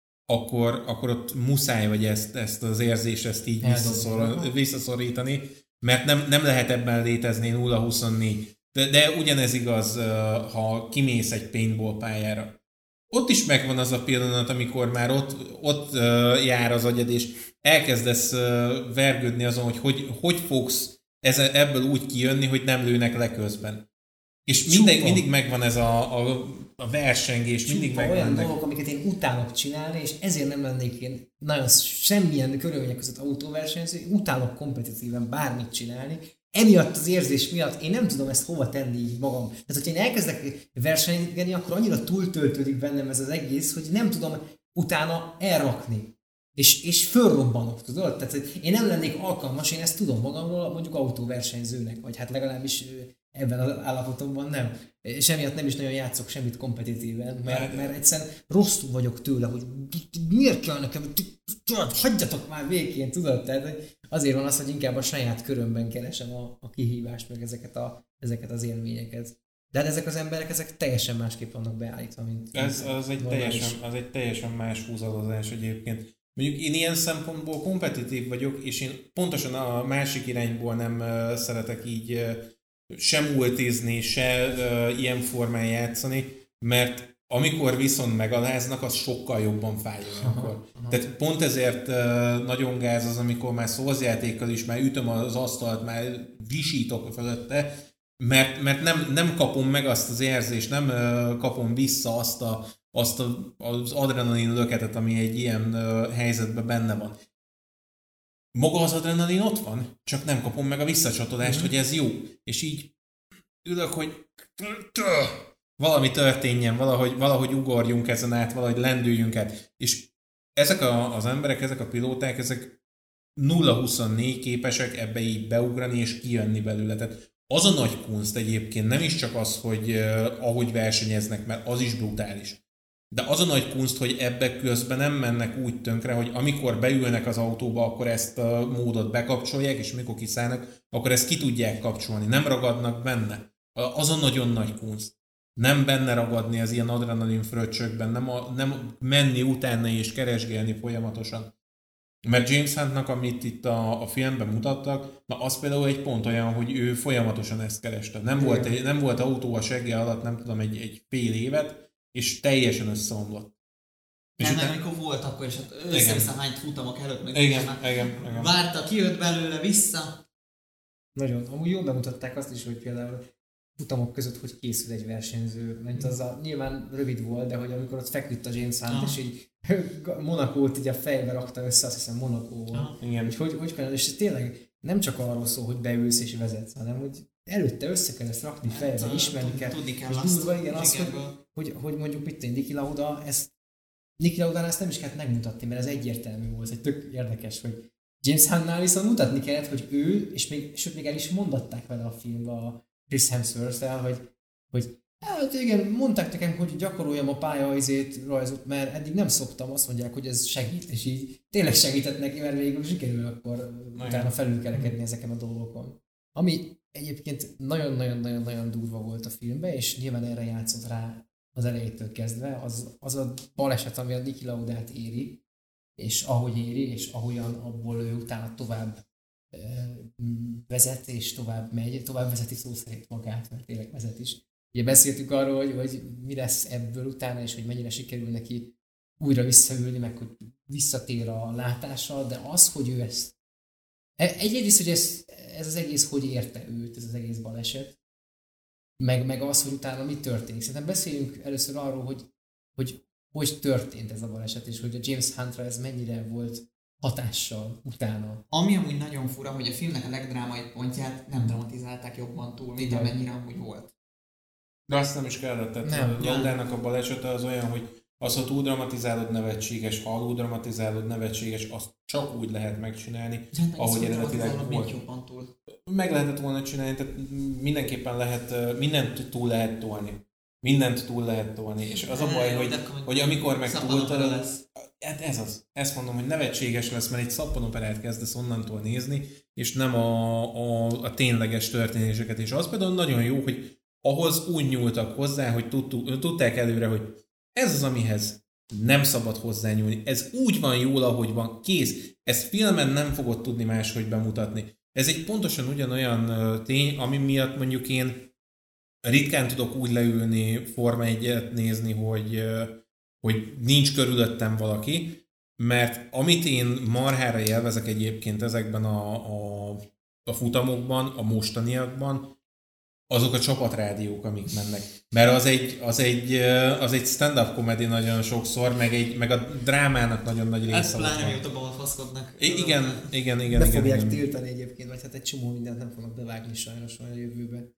akkor ott muszáj vagy ezt az érzést ezt így visszaszorítani, mert nem lehet ebben létezni 0-24. De ugyanez igaz, ha kimész egy paintball pályára. Ott is megvan az a pillanat, amikor már ott jár az agyad, és elkezdesz vergődni azon, hogy fogsz ebből úgy kijönni, hogy nem lőnek le közben. És mindig megvan ez a versengés, mindig megvan. Olyan dolgok, amiket én utálok csinálni, és ezért nem lennék én nagyon semmilyen körülmények között autóversenyző, utálok kompetitíven bármit csinálni. Emiatt az érzés miatt én nem tudom ezt hova tenni így magam. Tehát, hogyha én elkezdek versenyzni, akkor annyira túltöltődik bennem ez az egész, hogy nem tudom utána elrakni. És fölrobbanok, tudod? Tehát én nem lennék alkalmas, én ezt tudom magamról, mondjuk autóversenyzőnek, vagy hát legalábbis ebben az állapotomban nem. És emiatt nem is nagyon játszok semmit kompetitíven, mert egyszerűen rosszul vagyok tőle, hogy miért kell nekem, hagyjatok már végén, tudod? Tehát azért van az, hogy inkább a saját körömben keresem a kihívást, meg ezeket az élményeket. De hát ezek az emberek, ezek teljesen másképp vannak beállítva, mint... Az egy teljesen más húzalozás egyébként. Mondjuk én ilyen szempontból kompetitív vagyok, és én pontosan a másik irányból nem szeretek így se multizni, se ilyen formán játszani, mert amikor viszont megaláznak, az sokkal jobban fáj olyankor. Tehát pont ezért nagyon gáz az, amikor már Souls-játékkal is már ütöm az asztalt, már visítok fölötte, mert nem kapom meg azt az érzést, nem kapom vissza azt az adrenalin löketet, ami egy ilyen helyzetben benne van. Maga az adrenalin ott van, csak nem kapom meg a visszacsatolást, hogy ez jó. És így ülök, hogy valami történjen, valahogy ugorjunk ezen át, valahogy lendüljünk át. És ezek az emberek, ezek a pilóták, ezek 0-24 képesek ebbe így beugrani és kijönni belőle. Tehát az a nagy kunst egyébként nem is csak az, hogy ahogy versenyeznek, mert az is brutális. De az a nagy kunst, hogy ebbe közben nem mennek úgy tönkre, hogy amikor beülnek az autóba, akkor ezt a módot bekapcsolják, és mikor kiszállnak, akkor ezt ki tudják kapcsolni. Nem ragadnak benne. Az a nagyon nagy kunst. Nem benne ragadni az ilyen adrenalin fröccsökben, nem menni utána és keresgélni folyamatosan. Mert James Huntnak, amit itt a filmben mutattak, na az például egy pont olyan, hogy ő folyamatosan ezt kereste. Nem volt autó a segge alatt, nem tudom, egy fél évet, és teljesen összeomlott. És amikor volt akkor, és össze-vissza hányt futamok előtt, meg igen. Várta, kijött belőle vissza. Nagyon. Amúgy jól bemutatták azt is, hogy például futamok között hogy készül egy versenyző, mert nyilván rövid volt, de hogy amikor ott feküdt a James Hunt, és így Monacót így a fejbe rakta össze, azt hiszem Monaco volt. Igen. Hogy kell, és tényleg nem csak arról szól, hogy beülsz és vezetsz, hanem hogy előtte össze kell ezt rakni fejbe, ismerni kell. Tudni kell és azt. durva, igen, az, hogy mondjuk itt Niki Lauda, Niki Laudánál ezt nem is kellett megmutatni, mert ez egyértelmű volt, hogy tök érdekes, hogy James Huntnál viszont mutatni kellett, hogy ő, és még el is mondatták vele a filmben a Chris Hemsworth-tel, hogy hát igen, mondták nekem, hogy gyakoroljam a rajzot, mert eddig nem szoktam, azt mondják, hogy ez segít, és így tényleg segített neki, mert végül sikerül akkor utána felülkerekedni ezeken a dolgokon. Ami egyébként nagyon-nagyon-nagyon durva volt a filmben, és nyilván erre játszott rá az elejétől kezdve, az a baleset, ami a Niki Laudát éri, és ahogy éri, és ahogyan abból ő utána tovább vezet, és tovább vezeti szó szerint magát, mert tényleg vezet is. Ugye beszéltük arról, hogy mi lesz ebből utána, és hogy mennyire sikerül neki újra visszaülni, meg hogy visszatér a látással, de az, hogy ő ezt egyrészt, hogy ez az egész, hogy érte őt, ez az egész baleset, meg az, hogy utána mi történik. Szerintem beszéljünk először arról, hogy történt ez a baleset, és hogy a James Huntra ez mennyire volt hatással utána. Ami amúgy nagyon fura, hogy a filmnek a legdrámai pontját nem dramatizálták jobban túl, mint amennyire amúgy volt. De azt nem is kellett. Tehát Laudának a balesete az olyan, hogy az, ha túl dramatizálod, nevetséges, ha alul dramatizálod, nevetséges, azt csak úgy lehet megcsinálni, ahogy eredetileg volt. Meg lehetett volna csinálni, tehát mindenképpen mindent túl lehet tolni. És az a baj, hogy amikor meg túltolod, hát ez az. Ezt mondom, hogy nevetséges lesz, mert egy szappanoperát kezdesz onnantól nézni, és nem a tényleges történéseket. És az például nagyon jó, hogy ahhoz úgy nyúltak hozzá, hogy tudták előre, hogy ez az, amihez nem szabad hozzányúlni. Ez úgy van jól, ahogy van. Kész. Ezt filmen nem fogod tudni máshogy bemutatni. Ez egy pontosan ugyanolyan tény, ami miatt mondjuk én ritkán tudok úgy leülni Forma 1-et nézni, hogy nincs körülöttem valaki, mert amit én marhára élvezek egyébként ezekben a futamokban, a mostaniakban, azok a csapatrádiók, amik mennek. Mert az egy stand-up comedy nagyon sokszor, meg a drámának nagyon nagy része. Ez pláne mióta balfaszkodnak. Igen. Be fogják tiltani egyébként, vagy hát egy csomó mindent nem fognak bevágni sajnos a jövőben.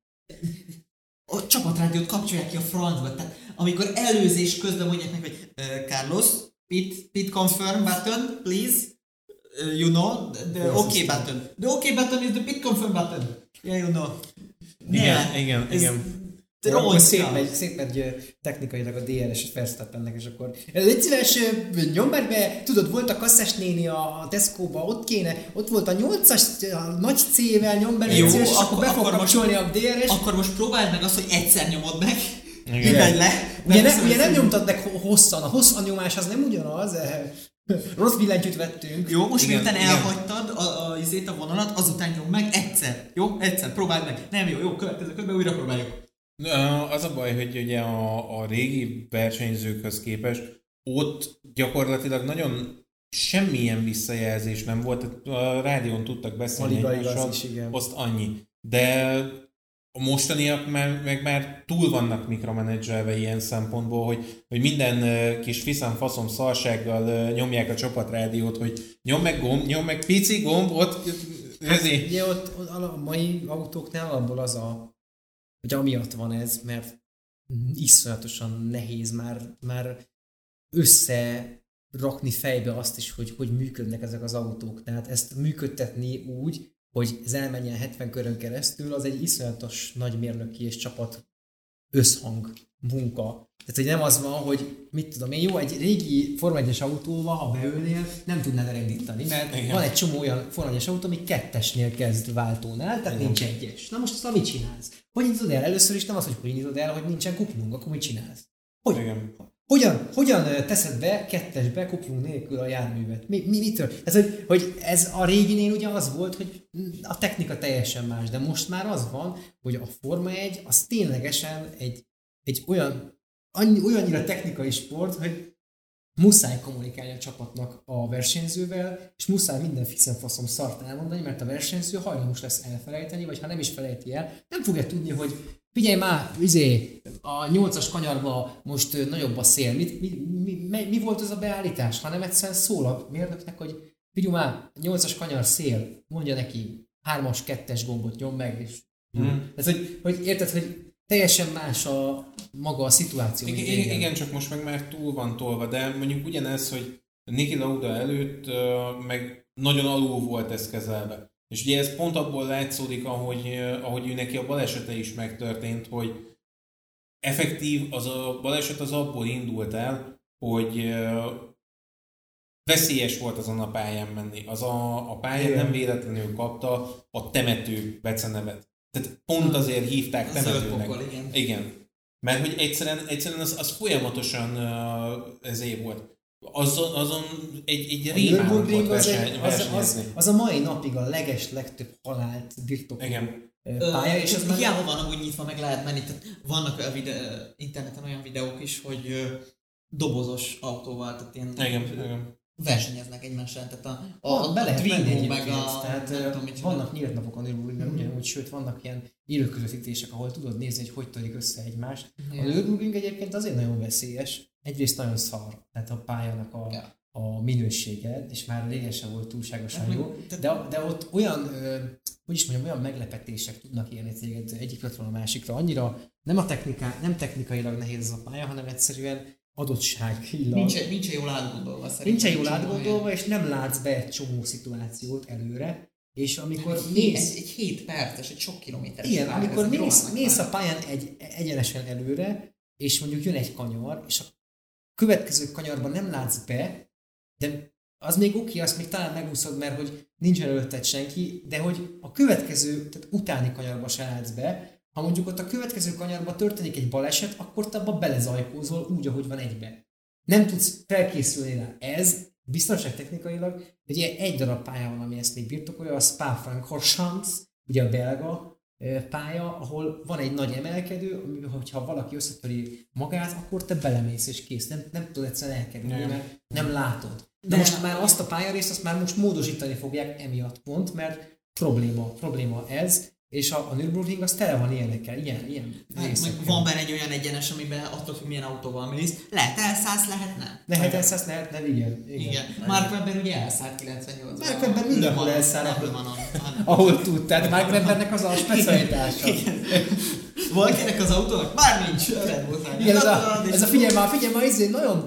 A csapatrádiót kapcsolják ki a francba, tehát amikor előzés közben mondják meg, hogy Carlos, pit confirm button, please, you know, the OK button. The OK button is the pit confirm button. Yeah, you know. Igen. Szép megy technikailag a DRS Verstappennek, és akkor légy szíves, nyomd már be, tudod, volt a kasszás néni a Tesco-ba, ott volt a 8-as a nagy C-vel, nyomd be, légy szíves, és akkor be fog kapcsolni a DRS. Akkor most próbáld meg azt, hogy egyszer nyomod meg, mindegy le. Ugye nem nyomtad meg hosszan, a hosszan nyomás az nem ugyanaz, rossz billentyűt vettünk. Jó, most miután elhagytad a vonalat, azután nyom meg egyszer. Jó? Egyszer, próbáld meg. Nem jó, következő körben újra próbáljuk. Az a baj, hogy ugye a régi versenyzőkhöz képest ott gyakorlatilag nagyon semmilyen visszajelzés nem volt, a rádión tudtak beszélni egymással, azt annyi. De a mostaniak meg már túl vannak mikromenedzselve ilyen szempontból, hogy minden kis fiszem-faszom szarsággal nyomják a csapatrádiót, hogy nyom meg pici gomb, ott ugye ott a mai autóknál abból hogy amiatt van ez, mert iszonyatosan nehéz már összerakni fejbe azt is, hogy működnek ezek az autók. Tehát ezt működtetni úgy, hogy ez elmenjen 70 körön keresztül, az egy iszonyatos nagymérnöki és csapat összhang munka. Tehát, hogy nem az van, hogy mit tudom én, jó, egy régi Forma 1-es autóval, ha beülnél, nem tudnád elindítani, mert igen. Van egy csomó olyan Forma 1-es autó, ami 2-esnél kezd váltónál, tehát igen. Nincs 1-es. Na most azt mit csinálsz? Hogy indítod el? Először is nem az, hogy indítod el, hogy nincsen kuplung, akkor mit csinálsz? Hogyan teszed be 2-esbe kuplung nélkül a járművet? Mitől? Ez, hogy ez a réginél ugye az volt, hogy a technika teljesen más, de most már az van, hogy a Forma 1 az ténylegesen egy olyannyira technikai sport, hogy muszáj kommunikálni a csapatnak a versenyzővel, és muszáj minden fixen-faszom szart elmondani, mert a versenyző hajlamos lesz elfelejteni, vagy ha nem is felejti el, nem fogja tudni, hogy figyelj már, a 8-as kanyarba most nagyobb a szél. Mi volt az a beállítás? Hanem egyszerűen szól a mérnöknek, hogy figyelj már, 8-as kanyar szél, mondja neki, 3-as, 2-es gombot nyom meg. És ez, hogy érted, hogy teljesen más maga a szituáció. Igen, csak most meg már túl van tolva, de mondjuk ugyanez, hogy Niki Lauda előtt meg nagyon alul volt ez kezelve. És ugye ez pont abból látszódik, ahogy ő neki a balesete is megtörtént, hogy effektív az a baleset az abból indult el, hogy veszélyes volt azon a pályán menni. Az a pályán nem véletlenül kapta a temető becenevet. Tehát pont azért hívták temetőnek. Igen. Mert hogy egyszerűen az folyamatosan ezért volt. Azon egy rémálom volt versenyezni. Az a mai napig a legtöbb halált birtokoló pálya. És ez hiába van amúgy nyitva, meg lehet menni. Tehát vannak interneten olyan videók is, hogy dobozos autóval, tehát ilyen versenyeznek egymással. Tehát a Twingo meg vannak nyílt napok a Nürburgringen, ugyanúgy, sőt vannak ilyen élőközvetítések, ahol tudod nézni, hogy törik össze egymást. A Nürburgring egyébként azért nagyon veszélyes, egyrészt nagyon szar, tehát a pályának a minősége, és már régen sem volt túlságosan jó, de ott olyan, olyan meglepetések tudnak élni téged egyik pillanatról a másikra, annyira nem technikailag nehéz ez a pálya, hanem egyszerűen adottságilag. Nincsen jól átgondolva szerintem. Nincsen jól átgondolva, és nem látsz be egy csomó szituációt előre, és amikor mész... Egy 7 perces, egy sok kilométeres. Igen, amikor mész a pályán egyenesen előre, és mondjuk jön egy kanyar, és a következő kanyarban nem látsz be, de az még oké, azt még talán megúszod, mert hogy nincsen előtted senki, de hogy a következő, tehát utáni kanyarba se látsz be. Ha mondjuk ott a következő kanyarban történik egy baleset, akkor te abba belezajkózol úgy, ahogy van egybe. Nem tudsz felkészülni rá. Ez biztonságtechnikailag, ugye egy darab pálya van, ami ezt még birtokolja, a Spa-Francorchamps, ugye a belga pálya, ahol van egy nagy emelkedő, hogyha valaki összetöri magát, akkor te belemész és kész. Nem tudod egyszerűen elkerülni, mert nem látod. De most már azt a pályarészt, azt már most módosítani fogják emiatt pont, mert probléma ez. És a Nürburgring az tele van ilyenekkel, ilyen részekkel. Van benne egy olyan egyenes, amiben attól, hogy milyen autóval mész, lehet elszállsz, lehet nem. Lehet elszállsz, lehet nem, igen. Mark Webber ugye elszállt 98-ban. Mark Webber mindenhol elszáll, ahol tud, tehát Mark Webbernek az a specialitása. Valakinek az autónak már nincs. Igen, ez a figyelj már, nagyon,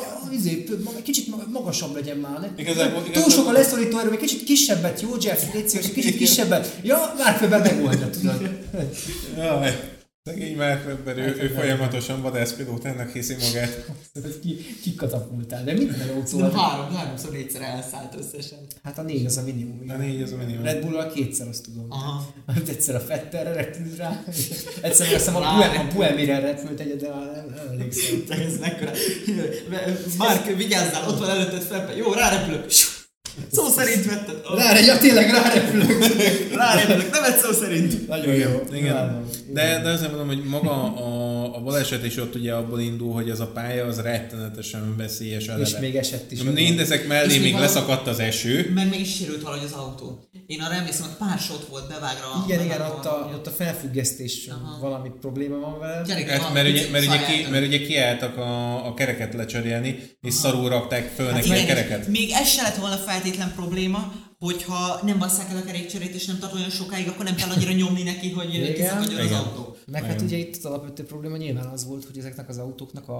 kicsit magasabb legyen már. Túl sok a leszorító erő, egy kicsit kisebbet, jó Jeff, légy szíves, kicsit kisebbet. Ja, Mark Webber megoldja, tudod. Jaj, szegény Mark Webber, ő folyamatosan vadászpilótának hiszi magát. Kikatapultál, de minden autó. Háromszor, négyszer elszállt összesen. Hát a 4 az a minimum. A 4 az a minimum. Red Bull-al 2-szer, azt tudom. Egyszer a Vettelre repült rá, egyszer azt hiszem a Puemire repült egyet, de nem emlékszem. Ez mekkora. Mark, vigyázzál, ott van előtted Feppe. Jó, rárepülök. Szó szerint vetted. Tényleg rárepülök. Nem egy szó szerint. Nagyon jó. Igen. De azért mondom, hogy maga a baleset is ott ugye abból indul, hogy ez a pálya az rettenetesen veszélyes eleve. És még esett is. Mindezek mellé még leszakadt az eső. Meg is sérült valahogy az autó. Én arra emlékszem, hogy pár sót volt bevágra. Igen, ott a felfüggesztés valami probléma van vele. Mert ugye kiálltak a kereket lecserélni, és szarul rakták föl neki a kereket. Még ez se lett volna feltétlen probléma, hogyha nem basszák el a kerékcserét és nem tart olyan sokáig, akkor nem kell annyira nyomni neki, hogy kiszakadjon az autó. Meg hát ugye itt az alapvető probléma nyilván az volt, hogy ezeknek az autóknak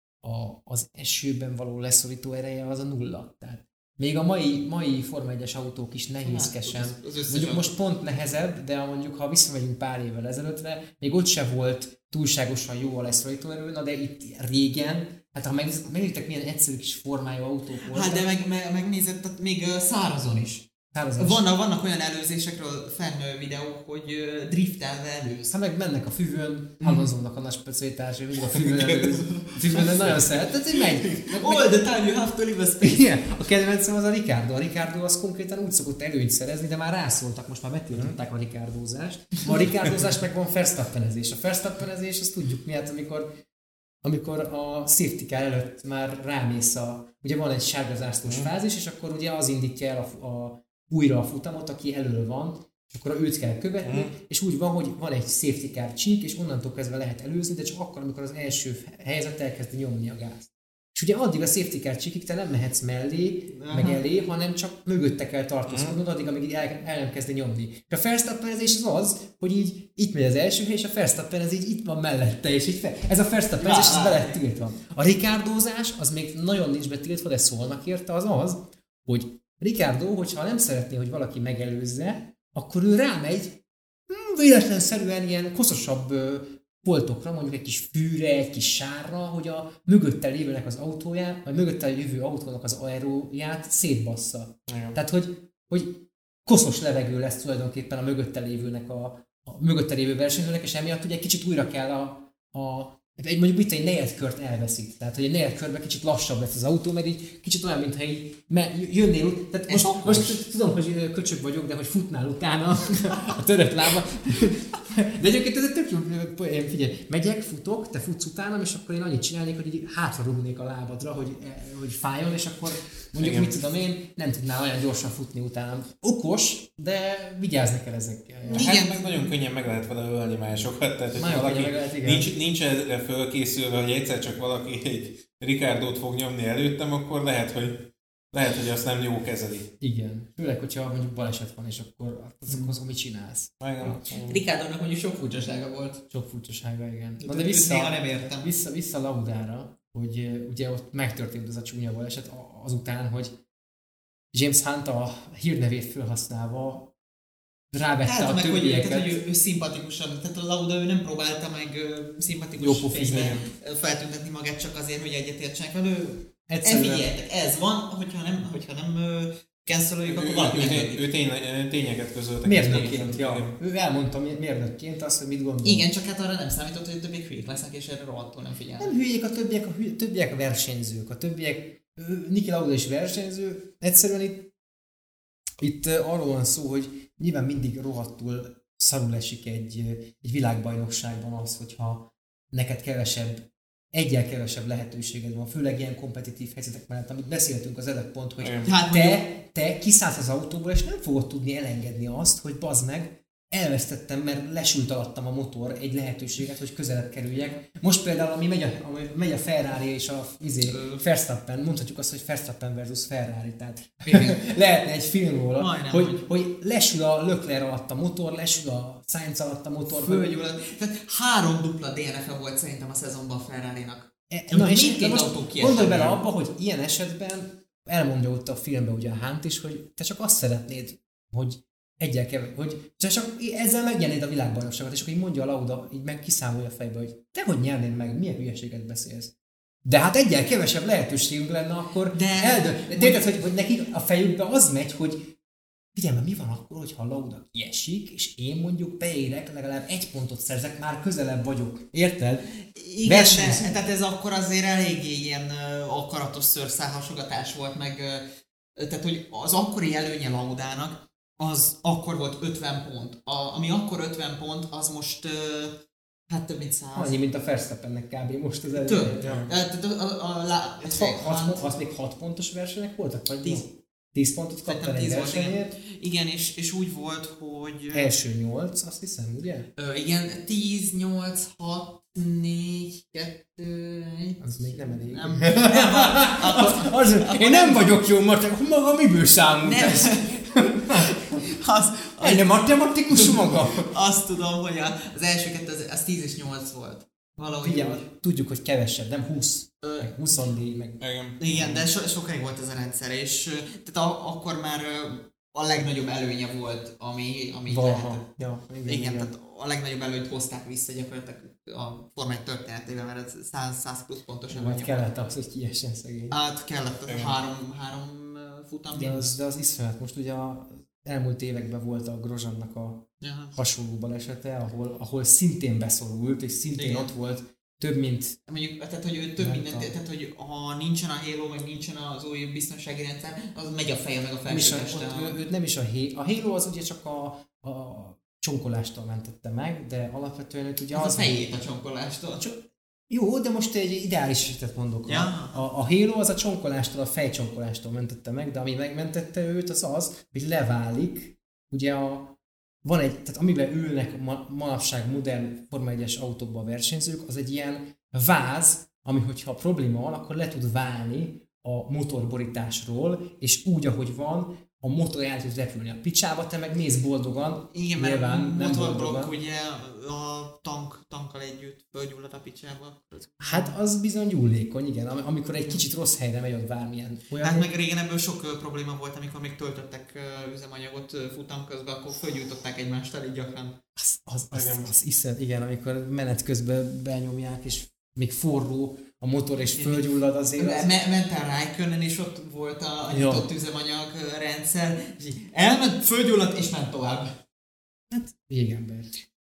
az esőben való leszorító ereje az a nulla. Tehát még a mai Forma 1-es autók is nehézkesen, mondjuk most pont nehezebb, de mondjuk ha visszamegyünk pár évvel ezelőttre, még ott se volt túlságosan jó a leszorító erő, de itt régen, hát ha megnézitek milyen egyszerű kis formájú autók voltak. Hát de megnézed, tehát még szárazon is. Vannak olyan előzésekről fenn videók, hogy driftelve előz. Hát meg mennek a füvön, Alonso-nak a nagy specialitás, mindig a füvön előz. A füvön nagyon szeret, tehát így megy. All the time you have to live a space. Igen, a kedvencem az a Ricciardo. A Ricciardo az konkrétan úgy szokott előnyt szerezni, de már rászóltak, most már betiltották a Ricciardózást. A Ricciardózás meg van Verstappenezés. A Verstappenezés, azt tudjuk mi, hát amikor a safety car előtt már rámész ugye van egy sárga zászlós fázis, és akkor ugye az indítja el újra a futamot, aki elől van, és akkor őt kell követni, és úgy van, hogy van egy safety car csík, és onnantól kezdve lehet előzni, de csak akkor, amikor az első helyzet elkezdi nyomni a gázt. És ugye addig a safety car csíkig te nem mehetsz mellé, meg elé, hanem csak mögötte kell tartózkodnod, addig, amíg el nem kezdi nyomni. És a Verstappenezés az, hogy így itt megy az első hely, és a Verstappen ez így itt van mellette, és így ez a Verstappenezés, ez be lett tiltva. A Ricciardózás, az még nagyon nincs betiltva, de szólnak érte, az, hogy Ricciardo, hogyha nem szeretné, hogy valaki megelőzze, akkor ő rámegy véletlenszerűen ilyen koszosabb foltokra, mondjuk egy kis fűre, egy kis sárra, hogy a mögötte lévőnek az autóját, vagy mögötte jövő autónak az aeróját szétbassza. Igen. Tehát, hogy koszos levegő lesz tulajdonképpen a mögötte lévőnek a mögötte lévő versenyzőnek, és emiatt ugye kicsit újra kell mondjuk itt egy negyedkört elveszít. Tehát, hogy egy negyedkörben kicsit lassabb lesz az autó, mert így kicsit olyan, mintha így jönnél. Tehát most tudom, hogy köcsög vagyok, de hogy futnál utána a törött lába. De egyébként ez egy tök jó, figyelj, megyek, futok, te futsz utánam, és akkor én annyit csinálnék, hogy így hátra rúgnék a lábadra, hogy fájjon, és akkor mondjuk igen. Mit tudom én, nem tudnál olyan gyorsan futni utánam. Okos, de vigyázni kell ezekkel. Igen, hát meg nagyon könnyen meg lehet vele ölni másokat, tehát hogy valaki nincs erre fölkészülve, hogy egyszer csak valaki egy Ricciardót fog nyomni előttem, akkor lehet, hogy azt nem jó kezeli. Igen. Főleg, hogyha mondjuk baleset van, és akkor azok mit csinálsz? Riccardónak mondjuk sok furcsasága volt. Sok furcsasága, igen. Na de vissza Laudára, hogy ugye ott megtörtént ez a csúnya baleset azután, hogy James Hunt a hírnevét felhasználva rávette a többieket. Tehát, hogy ő szimpatikusan, tehát a Lauda ő nem próbálta meg szimpatikus fényben feltüntetni magát csak azért, hogy egyetértsenek velő. Figyeljetek, ez van, hogyha nem cancelőjük, akkor valaki ő tényeket közöltek. Mérnökként, ja. Ő elmondta mérnökként azt, hogy mit gondol. Igen, csak hát arra nem számított, hogy a többiek hülyék lesznek, és erre rohadtul nem figyelnek. Nem hülyék a többiek a versenyzők, a többiek, Niki Lauda is versenyző, egyszerűen itt arról van szó, hogy nyilván mindig rohadtul szarul esik egy világbajnokságban az, hogyha neked egyel kevesebb lehetőséged van, főleg ilyen kompetitív helyzetek mellett, amit beszéltünk az előbb pont, hogy te kiszállsz az autóból, és nem fogod tudni elengedni azt, hogy bazd meg, elvesztettem, mert lesült alattam a motor egy lehetőséget, hogy közelebb kerüljek. Most például, ami megy a Ferrari és a Verstappen, mondhatjuk azt, hogy Verstappen versus Ferrari, tehát lehetne egy film róla, hogy lesül a Leclerc alatt a motor, lesül a Sainz alatt a motor. Tehát 3 dupla DNF-e volt szerintem a szezonban a Ferrari-nak. Na és gondolj bele abba, hogy ilyen esetben elmondja ott a filmben ugye a Hunt is, hogy te csak azt szeretnéd, hogy hogy csak ezzel megnyernéd a világbajnokságot, és akkor így mondja a Lauda, így meg kiszámolja a fejbe, hogy te hogy nyernéd meg, milyen hülyeséget beszélsz. De hát egyel kevesebb lehetőségünk lenne, akkor Érted, hogy nekik a fejükbe az megy, hogy figyelj, mi van akkor, hogyha a Lauda kiesik, és én mondjuk beérek, legalább 1 pontot szerzek, már közelebb vagyok. Érted? Igen, tehát ez akkor azért eléggé ilyen akaratos szőrszálhasogatás volt, meg Tehát, hogy az akkori előnye Laudának, az akkor volt 50 pont. Ami akkor 50 pont, az most hát több mint 100. Annyi, mint a Verstappennek kb. Most az előnye. Több. Az még 6 pontos versenyek voltak? Vagy 10 pontot kaptál egy 10 versenyért? Igen, és úgy volt, hogy... Első 8, azt hiszem, ugye? Igen, 10, 8, 6, 4, 2, 1... Az még nem elég. Nem. Én nem vagyok jó matek, maga miből számult ez? Egy matematikus maga. Azt tudom, hogy az első kettő az 10 és 8 volt. Valahogy ugye, tudjuk, hogy kevesebb, nem 20, meg 24, meg... Igen, de sokáig volt ez a rendszer, és tehát akkor már a legnagyobb előnye volt, ami lehetett. Ja, igen, tehát a legnagyobb előnyt hozták vissza gyakorlatilag a Forma 1 történetében, mert ez 100 plusz pontosan vagy kellett az, hogy kiessen szegény. Hát kellett három futam. De az iszonyat. Most ugye az elmúlt években volt a Grosjeannak a hasonló balesete, ahol szintén beszorult, és szintén ott volt több mint... Mondjuk, tehát, hogy ő több mindent, tehát, hogy ha nincsen a Halo, meg nincsen az új biztonsági rendszer, az megy a feje, meg a felsőteste. Őt nem is a Halo az ugye csak a csonkolástól mentette meg, de alapvetően őt ugye az a fejét a csonkolástól. Jó, de most egy ideális esetet mondok. Ja. A Halo az a csonkolástól, a fejcsonkolástól mentette meg, de ami megmentette őt, az, hogy leválik. Ugye tehát amiben ülnek manapság modern Forma 1-es autókban a versenyzők, az egy ilyen váz, ami hogyha probléma van, akkor le tud válni a motorborításról, és úgy, ahogy van, a motor el tud repülni a picsába, te meg mész boldogan. Igen, mert a motorblokk ugye a tankkal együtt fölgyullad a picsába. Hát az bizony gyullékony, igen. Amikor egy kicsit rossz helyre megy, ott bármilyen olyan. Hát meg régen ebből sok probléma volt, amikor még töltöttek üzemanyagot futam közben, akkor fölgyújtották egymást elég gyakran. Az iszonyat, igen, amikor menet közben benyomják, és még forró a motor, és fölgyullad azért. Mentál Raikkonen, és ott volt a nyitott üzemanyag rendszer, és elment, fölgyulladt, és ment tovább. Hát, jégember.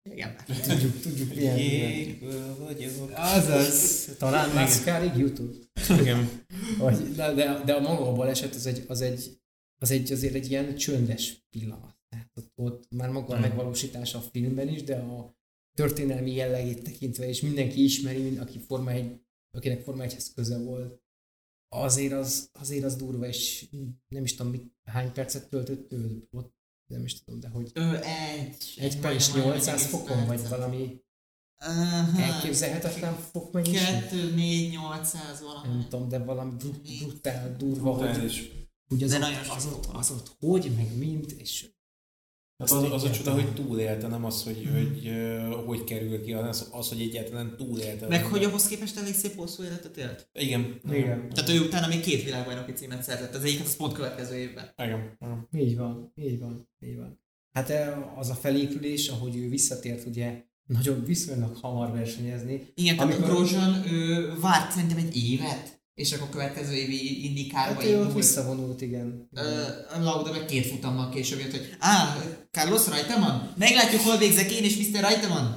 Tudjuk milyen. Jégből vagyok. Azaz. Talán NASCAR-ig YouTube. Igen. De a maga a baleset az azért egy ilyen csöndes pillanat. Tehát ott már maga a megvalósítása a filmben is, de a történelmi jellegét tekintve, és mindenki ismeri, akinek Forma 1-hez köze volt, azért az durva, és nem is tudom, hány percet töltött ő ott, nem is tudom, de hogy... Egy perc 800 fokon, vagy valami elképzelhetetlen fok mennyiség? 2, 4, 800 valami. Nem tudom, de valami brutál, durva, hogy az ott hogy, meg mind, és... Az a csoda, hogy túlélte, nem az, hogy kerül ki, az, hogy egyáltalán túlélte. Meg hogy ahhoz képest elég szép hosszú életet élt. Igen. Tehát ő utána még 2 világbajnoki címet szerzett, az egyiket az pont következő évben. Igen. Így van. Hát az a felépülés, ahogy ő visszatért, ugye nagyon viszonylag hamar versenyezni. Igen, tehát Grosjean várt szerintem egy évet, és akkor a következő évi indikárba indult. Hát ő visszavonult, igen. Lauda meg 2 futammal később jött, hogy Carlos Reutemann, meglátjuk, hol végzek én és Mr. Reutemann.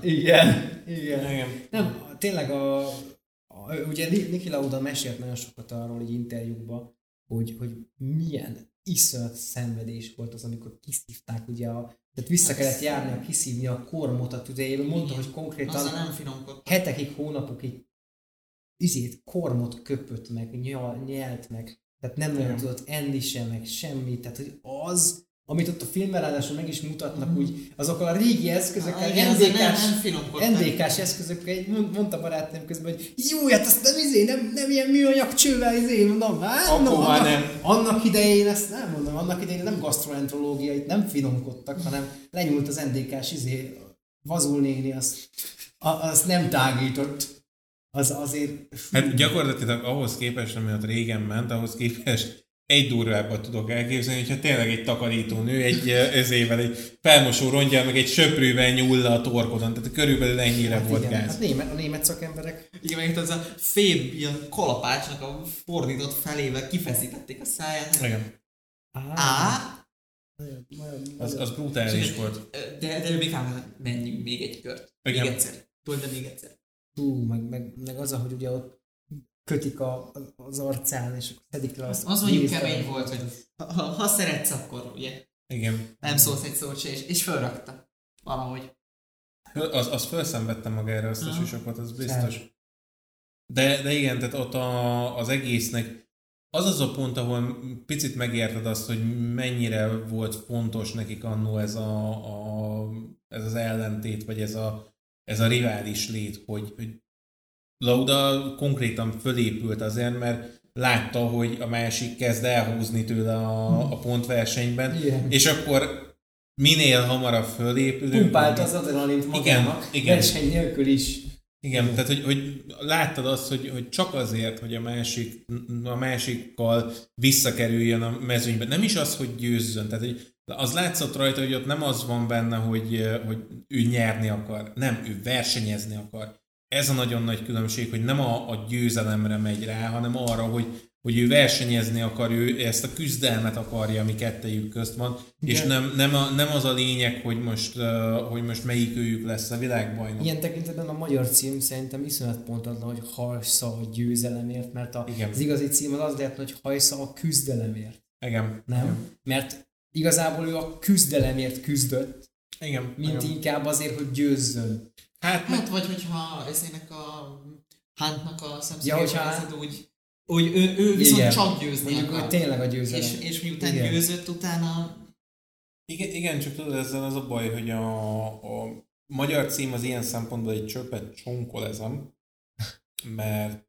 Igen. Nem, tényleg ugye Niki Lauda mesélt nagyon sokat arról egy interjúkban, hogy milyen iszonyat szenvedés volt az, amikor kiszívták ugye tehát vissza kellett járni, kiszívni a kormotat, ugye mondta, hogy konkrétan hetekig, hónapokig kormot köpött meg, nyelt meg, tehát nem nagyon tudott enni sem, meg semmi, tehát hogy az, amit ott a filmben ráadásul meg is mutatnak, úgy azokkal a régi eszközökkel, NDK-s eszközökkel, mondta barátnőm közben, hogy jó, hát azt nem ilyen műanyag csővel, mondom, nem. Annak idején ezt nem mondom, annak idején nem gastroenterológiait nem finomkodtak, hanem lenyúlt az NDK-s Vazul néni, azt nem tágított. Az azért... Hát gyakorlatilag ahhoz képest, ami ott régen ment, ahhoz képest egy durvábbat tudok elképzelni, hogyha tényleg egy takarítónő egy özével, egy felmosó rongyal, meg egy söprűvel nyúl le a torkodon, tehát körülbelül ennyire volt gáz. Hát a német szakemberek... Igen, meg az a fém ilyen kalapácsnak a fordított felével kifeszítették a száját. Igen. Az brutális volt. De még menjünk még egy kört. Még egyszer. Tudod, de még egyszer. Meg az, hogy ugye ott kötik az arcán, és akkor szedik le azt. Az mondjuk kemény volt, hogy ha szeretsz, akkor ugye igen. Nem szólsz egy szót se, és fölrakta valahogy. Az felszenvedte magára azt a sisakot, az biztos. De igen, tehát ott az egésznek az a pont, ahol picit megérted azt, hogy mennyire volt fontos nekik annó ez az ellentét, vagy ez a rivális lét, hogy Lauda konkrétan fölépült azért, mert látta, hogy a másik kezd elhúzni tőle a pontversenyben, és akkor minél hamarabb fölépülünk. Pumpált az adrenalint magának, verseny nélkül is. Igen, tehát hogy láttad azt, hogy csak azért, hogy a másikkal visszakerüljön a mezőnybe. Nem is az, hogy győzzön. Tehát hogy az látszott rajta, hogy ott nem az van benne, hogy ő nyerni akar. Nem, ő versenyezni akar. Ez a nagyon nagy különbség, hogy nem a győzelemre megy rá, hanem arra, hogy ő versenyezni akar, ő ezt a küzdelmet akarja, ami kettejük közt van, igen. És nem az a lényeg, hogy most melyik őjük lesz a világbajnok. Ilyen tekintetben a magyar cím szerintem iszonyat pontatlan, hogy hajsza a győzelemért, mert az igazi cím az lehet, hogy hajsza a küzdelemért. Igen. Nem? Igen. Mert igazából ő a küzdelemért küzdött, igen. Mint igen. Inkább azért, hogy győzzön. Hát vagy hogyha ezének a Huntnak a szemszögében úgy ő viszont igen. Csak győzni akar. Hogy tényleg a győzelem. És miután igen. Győzött utána... Igen, csak tudod, ezzel az a baj, hogy a magyar cím az ilyen szempontból egy csöpet csonkolezem, mert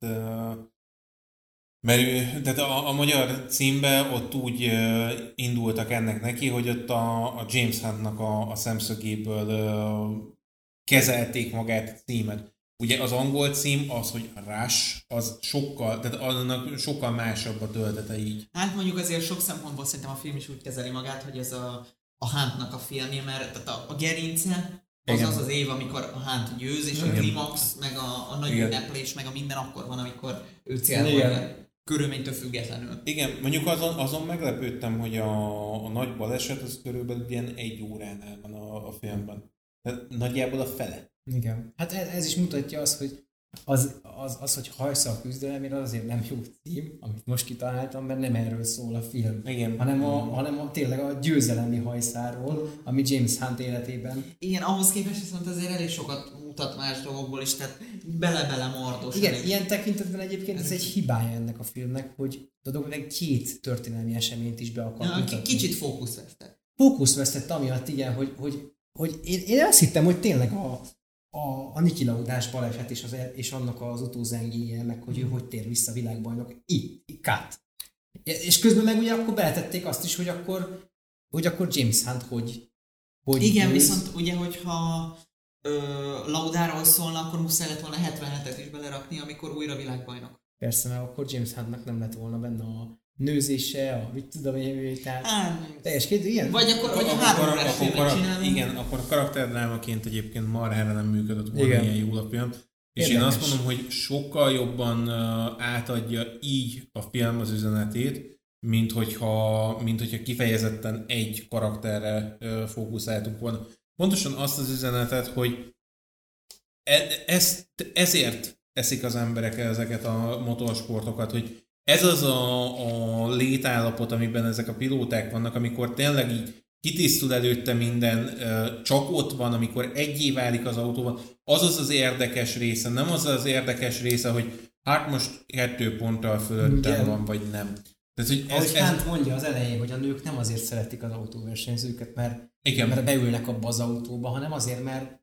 tehát a magyar címbe ott úgy indultak ennek neki, hogy ott a James Huntnak a szemszögéből kezelték magát a címet. Ugye az angol cím az, hogy Rush, az tehát annak sokkal másabb a töltete így. Hát mondjuk azért sok szempontból szerintem a film is úgy kezeli magát, hogy ez a Huntnak a filmje, mert tehát a gerince az év, amikor a Hunt győz, és a klimax, meg a nagy ünneplés, meg a minden akkor van, amikor ő célban körülménytől függetlenül. Igen, mondjuk azon meglepődtem, hogy a nagy baleset az körülbelül ilyen 1 óránál van a filmben. Tehát nagyjából a fele. Igen. Hát ez is mutatja azt, hogy hogy hajsza a küzdelemért, az azért nem jó cím, amit most kitaláltam, mert nem erről szól a film. Igen. Hanem tényleg a győzelemi hajszáról, ami James Hunt életében. Igen, ahhoz képest viszont azért elég sokat mutat más dolgokból is, tehát bele-bele mardos. Igen, ilyen tekintetben egyébként ez egy hibája ennek a filmnek, hogy tulajdonképpen 2 történelmi eseményt is be akar mutatni. Kicsit fókuszvesztett. Fókuszvesztett amiatt, igen, hogy én azt hittem, hogy tényleg a Niki Laudás baleset és annak az utózengéje, meg hogy ő hogy tér vissza világbajnok, cut. És közben meg ugye akkor beletették azt is, hogy akkor James Hunt hogy igen, viszont ugye, hogyha Laudáról szólna, akkor muszáj lett volna 77-et is belerakni, amikor újra világbajnok. Persze, mert akkor James Huntnak nem lett volna benne a nőzése, mit tudom én, tehát teljes két, ilyen. Vagy akkor a 3 órás filmet csinálni. Igen, akkor a karakterdrámaként egyébként marhára nem működött volna ilyen jó lapján. És érdekes. Én azt mondom, hogy sokkal jobban átadja így a film az üzenetét, mint hogyha kifejezetten egy karakterre fókuszáltuk volna. Pontosan azt az üzenetet, hogy ezért eszik az emberek ezeket a motorsportokat, hogy ez az a létállapot, amiben ezek a pilóták vannak, amikor tényleg így kitisztul előtte minden, csak ott van, amikor egyé válik az autóban, az az érdekes része, nem az érdekes része, hogy hát most 2 ponttal fölöttem van, vagy nem. Tehát, hogy Hunt mondja az elején, hogy a nők nem azért szeretik az autóversenyzőket, mert beülnek abba az autóba, hanem azért, mert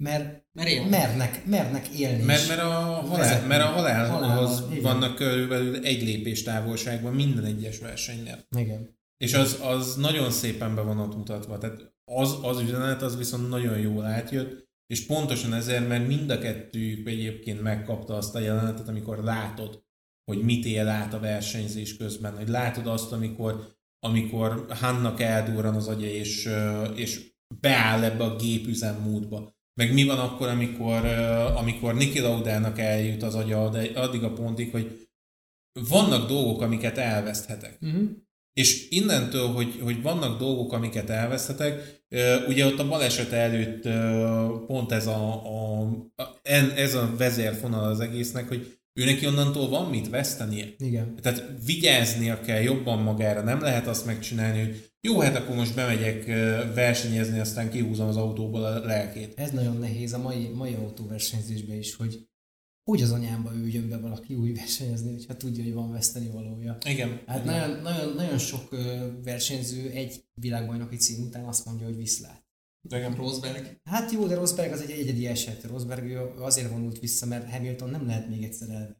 mernek élni. Mert a halálhoz vannak körülbelül 1 lépés távolságban minden egyes versenynél. Igen. És az nagyon szépen be van ott mutatva. Tehát az üzenet az viszont nagyon jól átjött, és pontosan ezért, mert mind a kettőjük egyébként megkapta azt a jelenetet, amikor látod, hogy mit él át a versenyzés közben. Hogy látod azt, amikor Huntnak eldurran az agya, és beáll ebbe a gépüzemmódba. Meg mi van akkor, amikor Niki Laudának eljut az agya addig a pontig, hogy vannak dolgok, amiket elveszthetek. Uh-huh. És innentől, hogy vannak dolgok, amiket elveszthetek, ugye ott a baleset előtt pont ez a vezérfonal az egésznek, hogy ő neki onnantól van mit vesztenie. Igen. Tehát vigyáznia kell jobban magára, nem lehet azt megcsinálni, hogy jó, hát akkor most bemegyek versenyezni, aztán kihúzom az autóból a lelkét. Ez nagyon nehéz a mai autóversenyzésben is, hogy az anyámba üljön be valaki új versenyezni, hogyha tudja, hogy van veszteni valója. Igen. Hát nagyon sok versenyző egy világbajnoki cím után azt mondja, hogy viszlát. Rosberg. Hát jó, de Rosberg az egy egyedi eset. Rosberg azért vonult vissza, mert Hamilton nem lehet még egyszer elverni.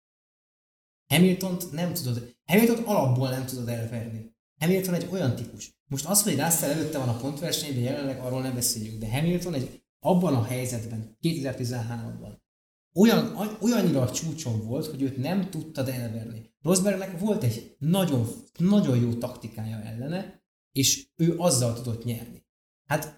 Hamiltont alapból nem tudod elverni. Hamilton egy olyan típus. Most az, hogy Russell előtte van a pontversenyben, jelenleg arról nem beszéljük, de Hamilton abban a helyzetben, 2013-ban, olyannyira a csúcson volt, hogy őt nem tudtad elverni. Rosbergnek volt egy nagyon, nagyon jó taktikája ellene, és ő azzal tudott nyerni. Hát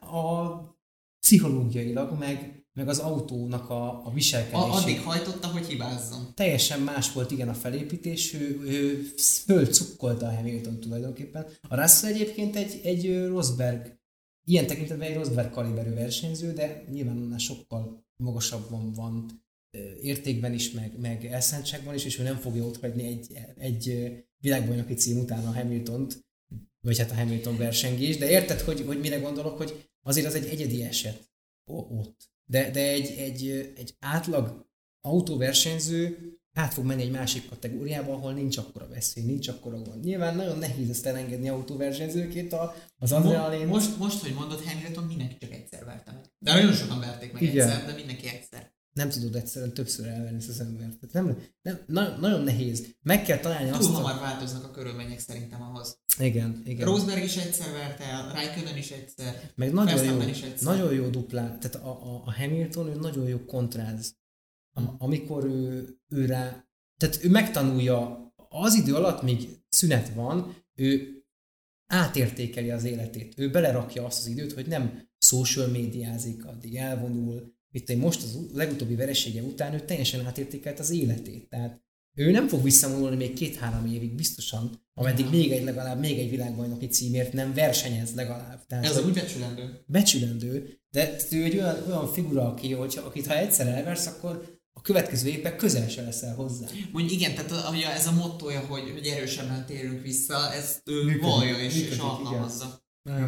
pszichológiailag, meg az autónak a viselkedése. Addig hajtotta, hogy hibázzon. Teljesen más volt, igen, a felépítés, ő fölcukkolta a Hamilton tulajdonképpen. A Russell egyébként egy Rosberg, ilyen tekintetben egy Rosberg kaliberű versenyző, de nyilván annál sokkal magasabban van értékben is, meg elszántságban is, és ő nem fogja otthagyni egy világbajnoki cím után a Hamiltont, vagy hát a Hamilton versengés, de érted, hogy mire gondolok, hogy azért az egy egyedi eset ott. De egy átlag autóversenyző át fog menni egy másik kategóriába, ahol nincs akkora veszély, nincs akkora gond. Nyilván nagyon nehéz ezt elengedni autóversenyzőként az adrenalin. Most, hogy mondod, Hamilton mindenki csak egyszer verte meg. De nagyon sokan verték meg egyszer, de mindenki egyszer. Nem tudod egyszerűen többször elvenni ezt az embert. Nagyon nehéz. Meg kell találni azt. Túl hamar változnak a körülmények szerintem ahhoz. Igen. Rosberg is egyszer vert el, Raikkonen is egyszer, meg nagyon jó duplán. Tehát a Hamilton, ő nagyon jó kontráz. Amikor ő rá... Tehát ő megtanulja az idő alatt, míg szünet van, ő átértékeli az életét. Ő belerakja azt az időt, hogy nem social médiázik, addig elvonul. Most az legutóbbi veresége után ő teljesen átértékelt az életét. Tehát ő nem fog visszavonulni még 2-3 évig biztosan, ameddig még egy világbajnoki címért nem versenyez legalább. Tehát, ez úgy becsülendő. Becsülendő, de ő egy olyan figura, akit ha egyszer elversz, akkor a következő évben közel se leszel hozzá. Mondjuk igen, tehát ez a mottója, hogy erősebben térünk vissza, ezt ő vallja és alkalmazza.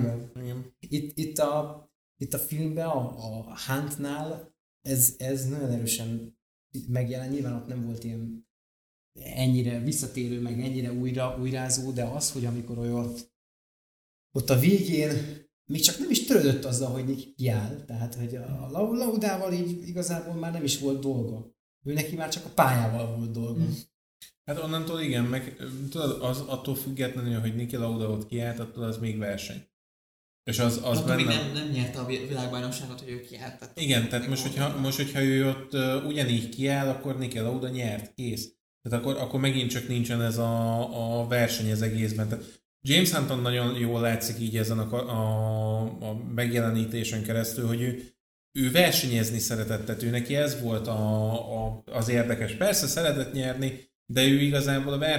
Itt a filmben, a Huntnál ez nagyon erősen megjelen. Nyilván ott nem volt ilyen ennyire visszatérő, meg ennyire újrázó, de az, hogy amikor ott a végén még csak nem is törődött azzal, hogy neki kiáll, tehát hogy a Laudával így igazából már nem is volt dolga. Ő neki már csak a pályával volt dolga. Hát onnantól igen, meg tudod, az attól függetlenül, hogy Niki Lauda ott kiállt, attól az még verseny. És az benne... még nem nyerte a világbajnokságot, hogy ő kiállt. Tehát igen, tehát most, hogyha ő ott ugyanígy kiáll, akkor Niki Lauda nyert, kész. Tehát akkor megint csak nincsen ez a verseny az egészben. Tehát James Hunton nagyon jól látszik így ezen a megjelenítésen keresztül, hogy ő versenyezni szeretett, tehát ő neki ez volt az érdekes. Persze szeretett nyerni, de ő igazából a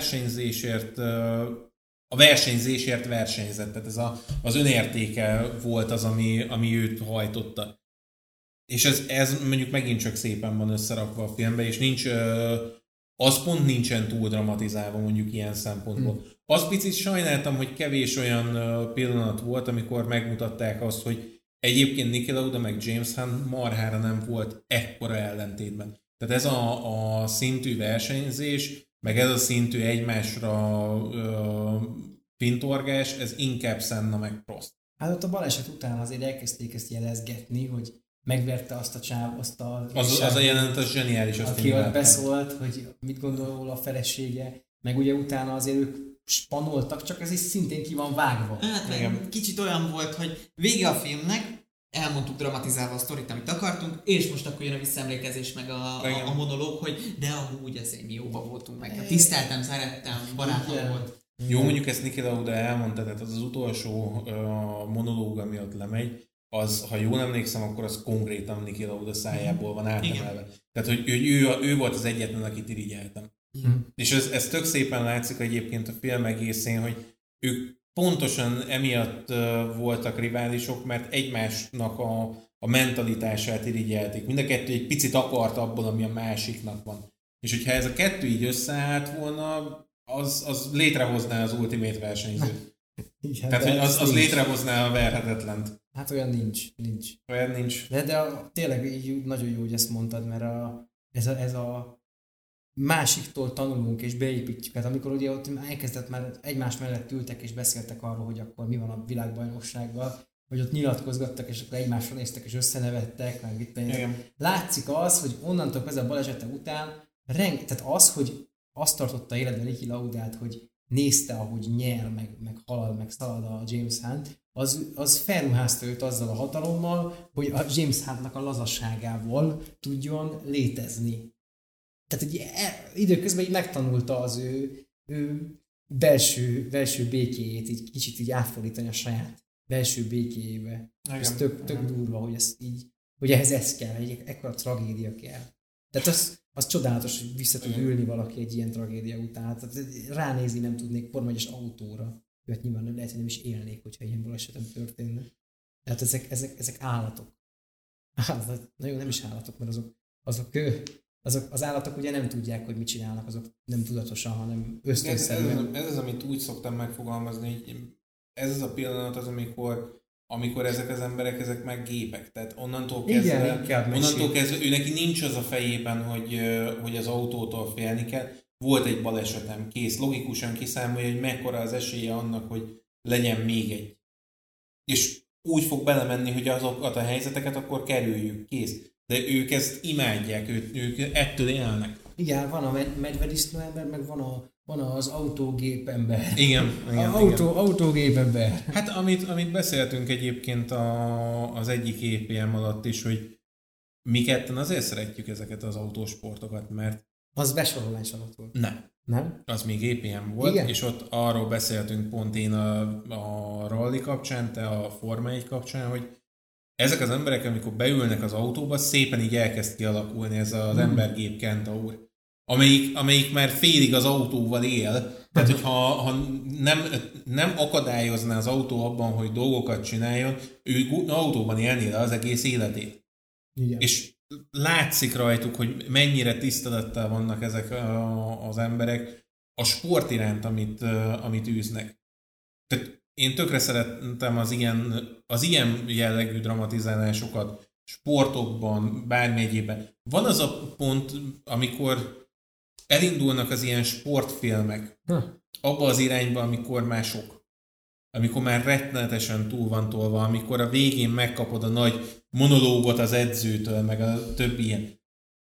versenyzésért versenyzett, tehát ez az önértéke volt az, ami őt hajtotta. És ez mondjuk megint csak szépen van összerakva a filmbe, és nincs, az pont nincsen túl dramatizálva mondjuk ilyen szempontból. Azt picit sajnáltam, hogy kevés olyan pillanat volt, amikor megmutatták azt, hogy egyébként Niki Lauda meg James Hunt marhára nem volt ekkora ellentétben. Tehát ez a szintű versenyzés, meg ez a szintű egymásra fintorgás, ez inkább Senna meg Prost. Hát ott a baleset után azért elkezdték ezt jelezgetni, hogy megverte azt a csáv, azt a... Az a jelenet, az zseniális. Aki ott beszólt, hogy mit gondol róla a felesége, meg ugye utána azért ők spanoltak, csak ez is szintén ki van vágva. Hát kicsit olyan volt, hogy vége a filmnek, elmondtuk dramatizálva a sztorit, amit akartunk, és most akkor jön a visszaemlékezés, meg a monológ, hogy de amúgy azért mi jóba voltunk meg. Tiszteltem, szerettem, barátom volt. Jó, mondjuk ezt Niki Lauda elmondta, tehát az utolsó monológ, ami ott lemegy, az, ha jól emlékszem, akkor az konkrétan Niki Lauda szájából van átemelve. Tehát, hogy ő volt az egyetlen, akit irigyeltem. És ez tök szépen látszik egyébként a film egészén, hogy ők pontosan emiatt voltak riválisok, mert egymásnak a mentalitását irigyelték. Mind a kettő egy picit akart abból, ami a másiknak van. És hogyha ez a kettő így összeállt volna, az létrehozná az Ultimate versenyzőt. Igen, tehát, hogy az létrehozná a verhetetlent. Hát olyan nincs. Olyan nincs. De tényleg így nagyon jó, hogy ezt mondtad, mert ez a másiktól tanulunk és beépítjük. Hát amikor ugye ott elkezdett már egymás mellett ültek és beszéltek arról, hogy akkor mi van a világbajnoksággal, hogy ott nyilatkozgattak, és akkor egymásra néztek, és összenevettek, meg itt. Látszik az, hogy onnantól ez a balesete után, tehát az, hogy azt tartotta életben Niki Laudát, hogy nézte, ahogy nyer, meg halad, meg szalad a James Hunt, az felruházta őt azzal a hatalommal, hogy a James Huntnak a lazasságával tudjon létezni. Tehát egy időközben így megtanulta az ő belső békéjét, így kicsit így átfordítani a saját belső békéjébe. Ez tök durva, hogy hogy ehhez ez kell, egy ekkora tragédia kell. Tehát az csodálatos, hogy vissza tud ülni valaki egy ilyen tragédia után. Tehát ránézni nem tudnék Forma 1-es autóra. Hát nyilván nem lehet, hogy nem is élnék, hogyha ilyen balesetem történne. Tehát ezek állatok. Nagyon nem is állatok, mert azok az állatok ugye nem tudják, hogy mit csinálnak, azok nem tudatosan, hanem ösztönszerűen. Ez az, amit úgy szoktam megfogalmazni, hogy ez az a pillanat az, amikor ezek az emberek, ezek meg gépek. Tehát onnantól kezdve ő neki nincs az a fejében, hogy az autótól félni kell. Volt egy balesetem, kész. Logikusan kiszámolja, hogy mekkora az esélye annak, hogy legyen még egy. És úgy fog belemenni, hogy azokat a helyzeteket akkor kerüljük, kész. De ők ezt imádják, ők ettől élnek. Igen, van a medvedisznó ember, meg van az autógép ember. Igen. Autógép ember. Hát amit beszéltünk egyébként az egyik EPM alatt is, hogy mi ketten azért szeretjük ezeket az autósportokat, mert... Az besorolás alatt volt. Nem? Az még EPM volt, igen? És ott arról beszéltünk pont én a rally kapcsán, te a Forma 1 kapcsán, hogy ezek az emberek, amikor beülnek az autóba, szépen így elkezd kialakulni ez az embergép kentaur, amelyik már félig az autóval él. Tehát, hogyha nem akadályozná az autó abban, hogy dolgokat csináljon, ő autóban élné le az egész életét. Igen. És látszik rajtuk, hogy mennyire tisztelettel vannak ezek az emberek a sport iránt, amit űznek. Tehát én tökre szeretem az ilyen jellegű dramatizálásokat sportokban, bármi egyében. Van az a pont, amikor elindulnak az ilyen sportfilmek abba az irányba, amikor már sok. Amikor már rettenetesen túl van tolva, amikor a végén megkapod a nagy monológot az edzőtől, meg a többi ilyen.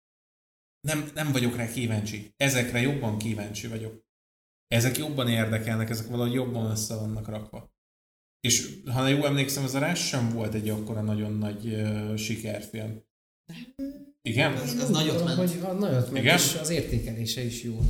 Nem vagyok rá kíváncsi. Ezekre jobban kíváncsi vagyok. Ezek jobban érdekelnek, ezek valahogy jobban össze vannak rakva. És ha jól emlékszem, az a Rush sem volt egy akkora nagyon nagy sikerfilm. Igen? Az nagyot ment. Nagyot ment, és az értékelése is jó.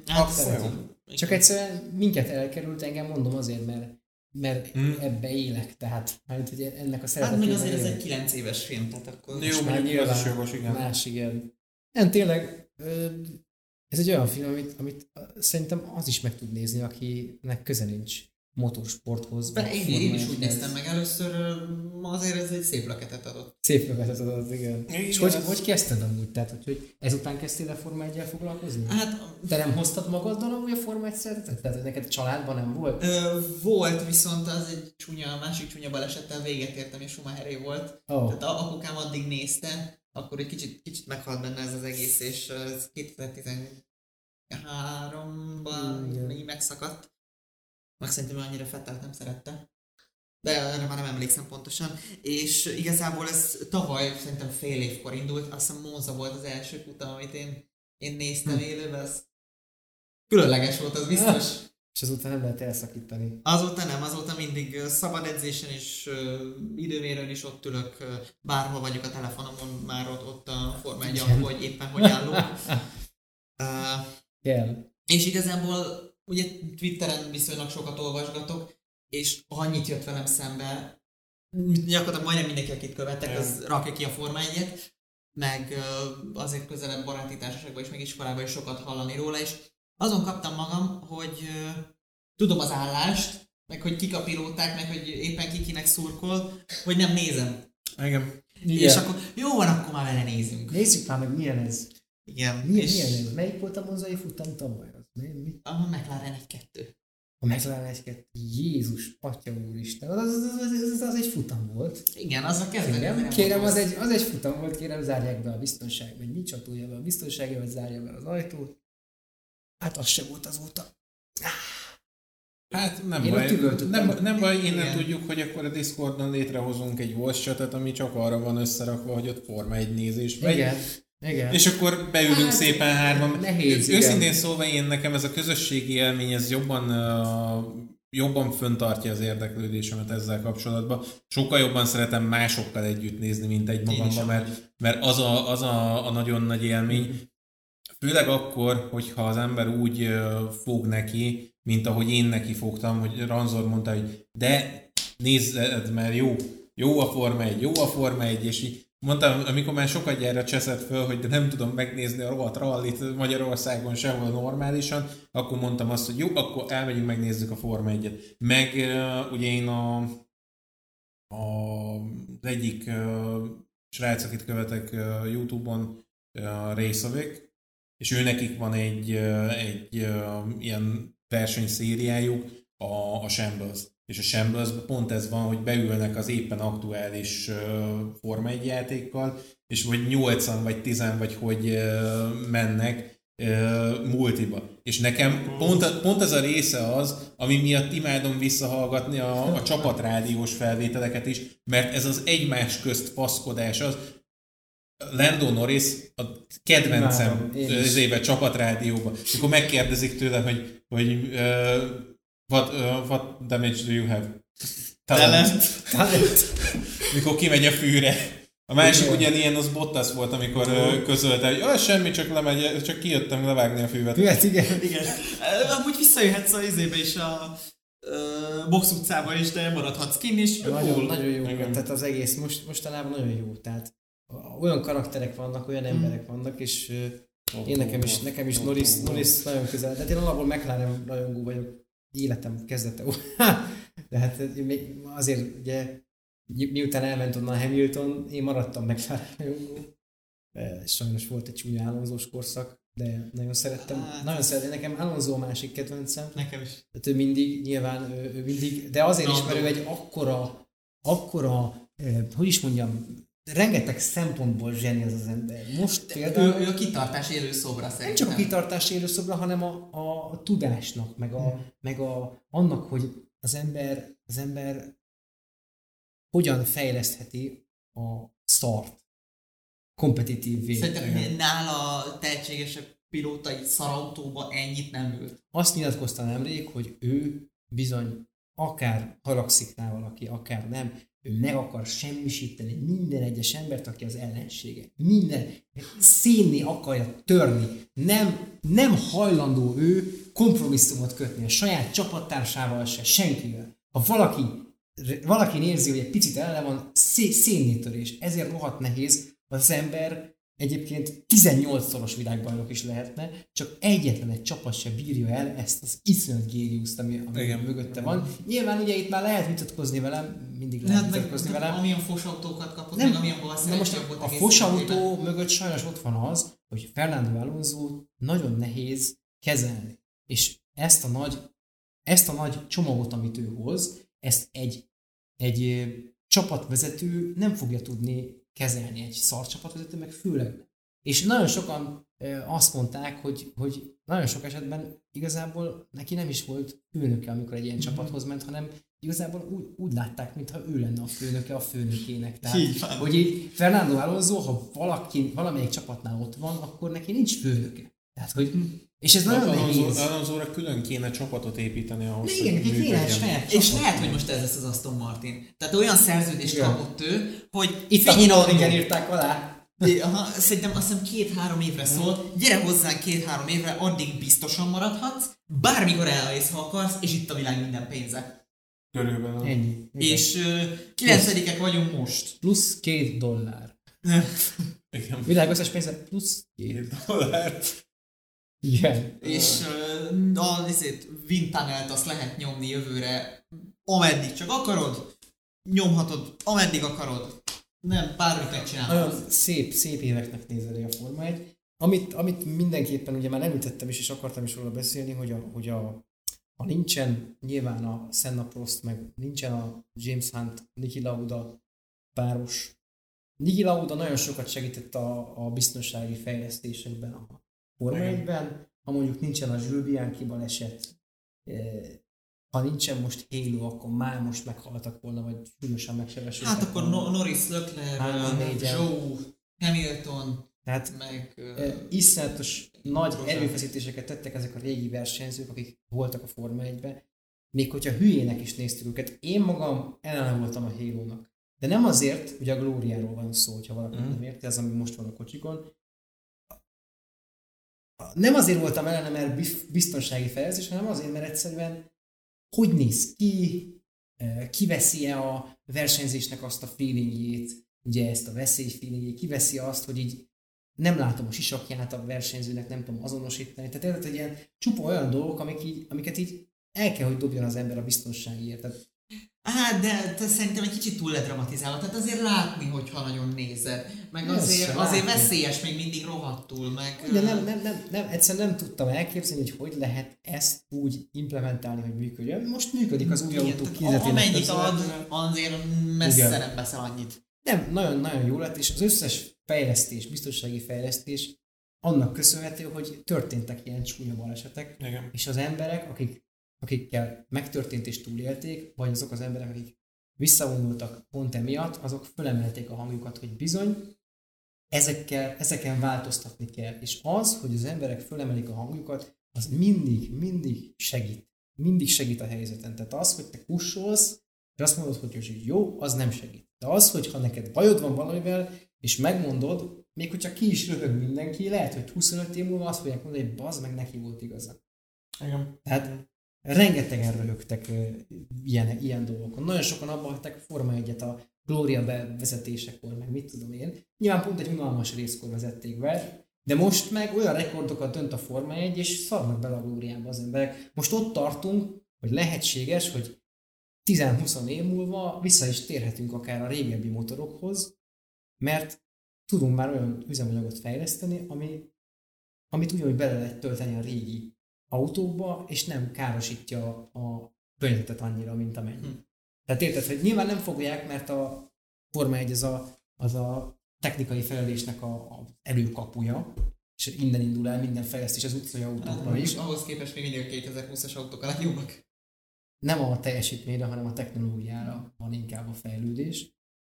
Csak egyszerűen minket elkerült, engem mondom azért, mert ebbe élek, tehát hogy ennek a szeretetében. Hát meg azért ez egy 9 éves film, tehát akkor... Jó, mondjuk az is jogos, igen. Más, igen. Tényleg, ez egy olyan film, amit szerintem az is meg tud nézni, akinek köze nincs motorsporthoz. De én is úgy néztem meg először, azért ez egy szép löketet adott. Szép löketet adott, igen. És hogy kezdted amúgy? Tehát, hogy ezután kezdtél a Forma 1-jel foglalkozni? Hát... Te nem hoztad magaddal amúgy a Forma 1 szeretetet? Tehát, hogy neked családban nem volt? Volt, viszont az egy másik csúnya balesettel véget értem, és Schumacheré volt. Oh. Tehát apukám addig nézte, akkor egy kicsit meghalt benne ez az egész, és ez 2013-ban így megszakadt. Meg szerintem annyira Vettelt nem szerette. De erre már nem emlékszem pontosan. És igazából ez tavaly szerintem fél évkor indult. Azt hiszem Monza volt az első futam, amit én néztem élőben. Az különleges volt, az biztos. És azóta nem lehet elszakítani. Azóta mindig szabad edzésen és időmérőn is ott ülök. Bárhol vagyok a telefonomon, már ott a Forma 1 hogy éppen hogy állunk. És igazából ugye Twitteren viszonylag sokat olvasgatok, és annyit jött velem szembe, gyakorlatilag majdnem mindenki, akit követek, az rakja ki a Forma 1-et, meg azért közelebb baráti társaságban és meg iskolában is sokat hallani róla, és azon kaptam magam, hogy tudom az állást, meg hogy kik a pilóták, meg hogy éppen kikinek szurkol, hogy nem nézem. Igen. És akkor jó van, akkor már vele nézünk. Nézzük már meg, milyen ez. Igen. Milyen? Melyik volt a monzai futam tavaly? A McLaren 1-2. A McLaren 1-2. Jézus, atya úristen. Az egy futam volt. Igen, az a kezdet. Kérem, az egy futam volt, kérem, zárják be a biztonság, vagy mi csatolja be a biztonságra, vagy zárja be az ajtót. Hát az se volt azóta. Hát nem baj, innen tudjuk, hogy akkor a Discordon létrehozunk egy voice chatet, ami csak arra van összerakva, hogy ott Forma 1 nézés megy. Igen. És akkor beülünk szépen hárman. Nehéz, őszintén szólva nekem ez a közösségi élmény, ez jobban föntartja az érdeklődésemet ezzel kapcsolatban. Sokkal jobban szeretem másokkal együtt nézni, mint egy magamban, mert az a nagyon nagy élmény. Főleg akkor, hogyha az ember úgy fog neki, mint ahogy én neki fogtam, hogy Ranzor mondta, hogy de nézzed, mert jó a Forma 1, és így mondtam, amikor már sokat gyára cseszett föl, hogy de nem tudom megnézni a rohadt rallit Magyarországon sehol normálisan, akkor mondtam azt, hogy jó, akkor elmegyünk, megnézzük a Forma 1-et. Meg ugye én az egyik srác, akit követek YouTube-on, Raceovic, és nekik van egy ilyen versenyszériájuk, a Shambles. És a Shambles pont ez van, hogy beülnek az éppen aktuális Forma 1 játékkal, és vagy 8-an, vagy 10 vagy hogy mennek multiba. És nekem pont ez a része az, ami miatt imádom visszahallgatni a csapatrádiós felvételeket is, mert ez az egymás közt faszkodás az. Lando Norris a kedvencem az éve csapatrádióban. Akkor megkérdezik tőle, hogy what damage do you have? Talent. Mikor kimegy a fűre. A másik ugyanilyen, az Bottas volt, amikor közölte, hogy semmi, csak kijöttem levágni a fűvet. Igen. Amúgy visszajöhetsz az izébe is a box utcába is, de maradhatsz kinn is. Nagyon jó. Tehát az egész mostanában nagyon jó. Tehát olyan karakterek vannak, olyan emberek vannak, és én nekem is Norris nagyon közel. Tehát én alapból McLaren rajongó vagyok. Életem kezdete. De hát azért ugye miután elment onnan Hamilton, én maradtam McLaren rajongó. Sajnos volt egy csúnya Alonsós korszak, de nagyon szerettem. Nekem Alonso a másik kedvencem. Nekem is. Tehát ő mindig, nyilván ő mindig, de azért is, mert ő egy akkora, hogy is mondjam, rengeteg szempontból zseni az ember. Most például... Ő a kitartás élő szobra szerintem. Nem csak a kitartás élő szobra, hanem a tudásnak, meg annak, hogy az ember hogyan fejlesztheti a szart kompetitívvé. Szerintem nála tehetségesebb pilóta egy szarautóba ennyit nem ült. Azt nyilatkozta nemrég, hogy ő bizony akár haragszik rá valaki, akár nem, ő meg akar semmisíteni minden egyes embert, aki az ellensége. Szénné akarja törni. Nem hajlandó ő kompromisszumot kötni a saját csapattársával se, senkivel. Ha valaki érzi, hogy egy picit ellen van, szénnétörés. Ezért rohadt nehéz, az ember egyébként 18-szoros világbajnok is lehetne, csak egyetlen egy csapat se bírja el ezt az iszonyat géniuszt, ami mögötte van. Nyilván ugye itt már lehet vitatkozni velem, mindig lehet vitatkozni velem. Amilyen fosautókat kapott, meg amilyen balszerűség volt. A fosautó mögött sajnos ott van az, hogy Fernando Alonso nagyon nehéz kezelni. És ezt a nagy csomagot, amit ő hoz, ezt egy csapatvezető nem fogja tudni kezelni, egy szar csapatvezető, meg főleg. És nagyon sokan azt mondták, hogy nagyon sok esetben igazából neki nem is volt főnöke, amikor egy ilyen csapathoz ment, hanem igazából úgy látták, mintha ő lenne a főnöke a főnökének. Tehát, hogy így Fernando Alonso, ha valamelyik csapatnál ott van, akkor neki nincs főnöke. Tehát, hogy és ez nagyon nehéz. Alonso-ra külön kéne csapatot építeni ahhoz, hogy működjön. És lehet, hogy most ez lesz az Aston Martin. Tehát olyan szerződést kapott ő, hogy itt a Hinolringen írták alá. Szerintem azt hiszem 2-3 évre szól. Gyere hozzánk 2-3 évre, addig biztosan maradhatsz, bármikor elvész, ha akarsz, és itt a világ minden pénze. Körülbelül. Ennyi. És 9-ek vagyunk most. Plusz $2. Igen. Világos pénze plusz $2. Igen. És a wind tunnelt azt lehet nyomni jövőre, ameddig csak akarod, nyomhatod, ameddig akarod. Nem, bármit megcsinálhatsz. Nagyon szép éveknek nézeli a Forma 1. amit mindenképpen ugye már említettem is, és akartam is róla beszélni, hogy ha nincsen nyilván a Senna Prost, meg nincsen a James Hunt, Niki Lauda páros. Niki Lauda nagyon sokat segített a biztonsági fejlesztésekben a Forma 1-ben, ha mondjuk nincsen a Jules Bianchi baleset, ha nincsen most Halo, akkor már most meghaltak volna, vagy súlyosan megsebesültek. Hát akkor Norris, Leclerc, Joe, Hamilton, tehát iszonyatos nagy erőfeszítéseket tettek ezek a régi versenyzők, akik voltak a Forma 1-ben, még hogyha hülyének is néztük őket. Én magam ellene voltam a Halo-nak. De nem azért, hogy a glóriáról van szó, hogyha valaki nem érti, ez ami most van a kocsikon. Nem azért voltam ellene, mert biztonsági fejlesztés, hanem azért, mert egyszerűen hogy néz ki, kiveszi-e a versenyzésnek azt a feelingjét, ugye ezt a veszélyfeelingjét, kiveszi azt, hogy így nem látom a sisakját a versenyzőnek, nem tudom azonosítani. Tehát egy ilyen csupa olyan dolgok, amiket így el kell, hogy dobjon az ember a biztonságért. Hát, de szerintem egy kicsit túl ledramatizálva. Tehát azért látni, hogyha nagyon nézed. Meg azért veszélyes még mindig rohadtul. Meg, de nem, egyszerűen nem tudtam elképzelni, hogy lehet ezt úgy implementálni, hogy működjön. Most működik az új autók kivezetésének. Amennyit ad, azért messze nem beszél annyit. Nem, nagyon jó lett, és az összes fejlesztés, biztonsági fejlesztés annak köszönhető, hogy történtek ilyen csúnya balesetek, igen. És az emberek, akikkel megtörtént és túlélték, vagy azok az emberek, akik visszavonultak pont emiatt, azok fölemelték a hangjukat, hogy bizony, ezeken változtatni kell. És az, hogy az emberek fölemelik a hangjukat, az mindig segít. Mindig segít a helyzeten. Tehát az, hogy te kussolsz, és azt mondod, hogy jó, az nem segít. De az, hogyha neked bajod van valamivel, és megmondod, még hogyha ki is röhög mindenki, lehet, hogy 25 év múlva azt fogják mondani, hogy bazd meg, neki volt igaza. Igen. Tehát rengetegen röhögtek ilyen dolgokon. Nagyon sokan abba hagyták a Forma 1-et a Gloria bevezetésekor, meg mit tudom én. Nyilván pont egy unalmas részkor vezették be, de most meg olyan rekordokat dönt a Forma 1, és szarnak bele a Glóriába az emberek. Most ott tartunk, hogy lehetséges, hogy 10-20 év múlva vissza is térhetünk akár a régebbi motorokhoz, mert tudunk már olyan üzemanyagot fejleszteni, amit ugyanúgy bele lehet tölteni a régi autóba, és nem károsítja a környezetet annyira, mint amennyi. Tehát érted, hogy nyilván nem fogják, mert a Forma 1 az a technikai fejlődésnek a előkapuja, és innen indul el minden fejlesztés az utcai autókban is. Ahhoz képest még mindig a 2020-as autók a legjobbak. Nem a teljesítményre, hanem a technológiára van inkább a fejlődés.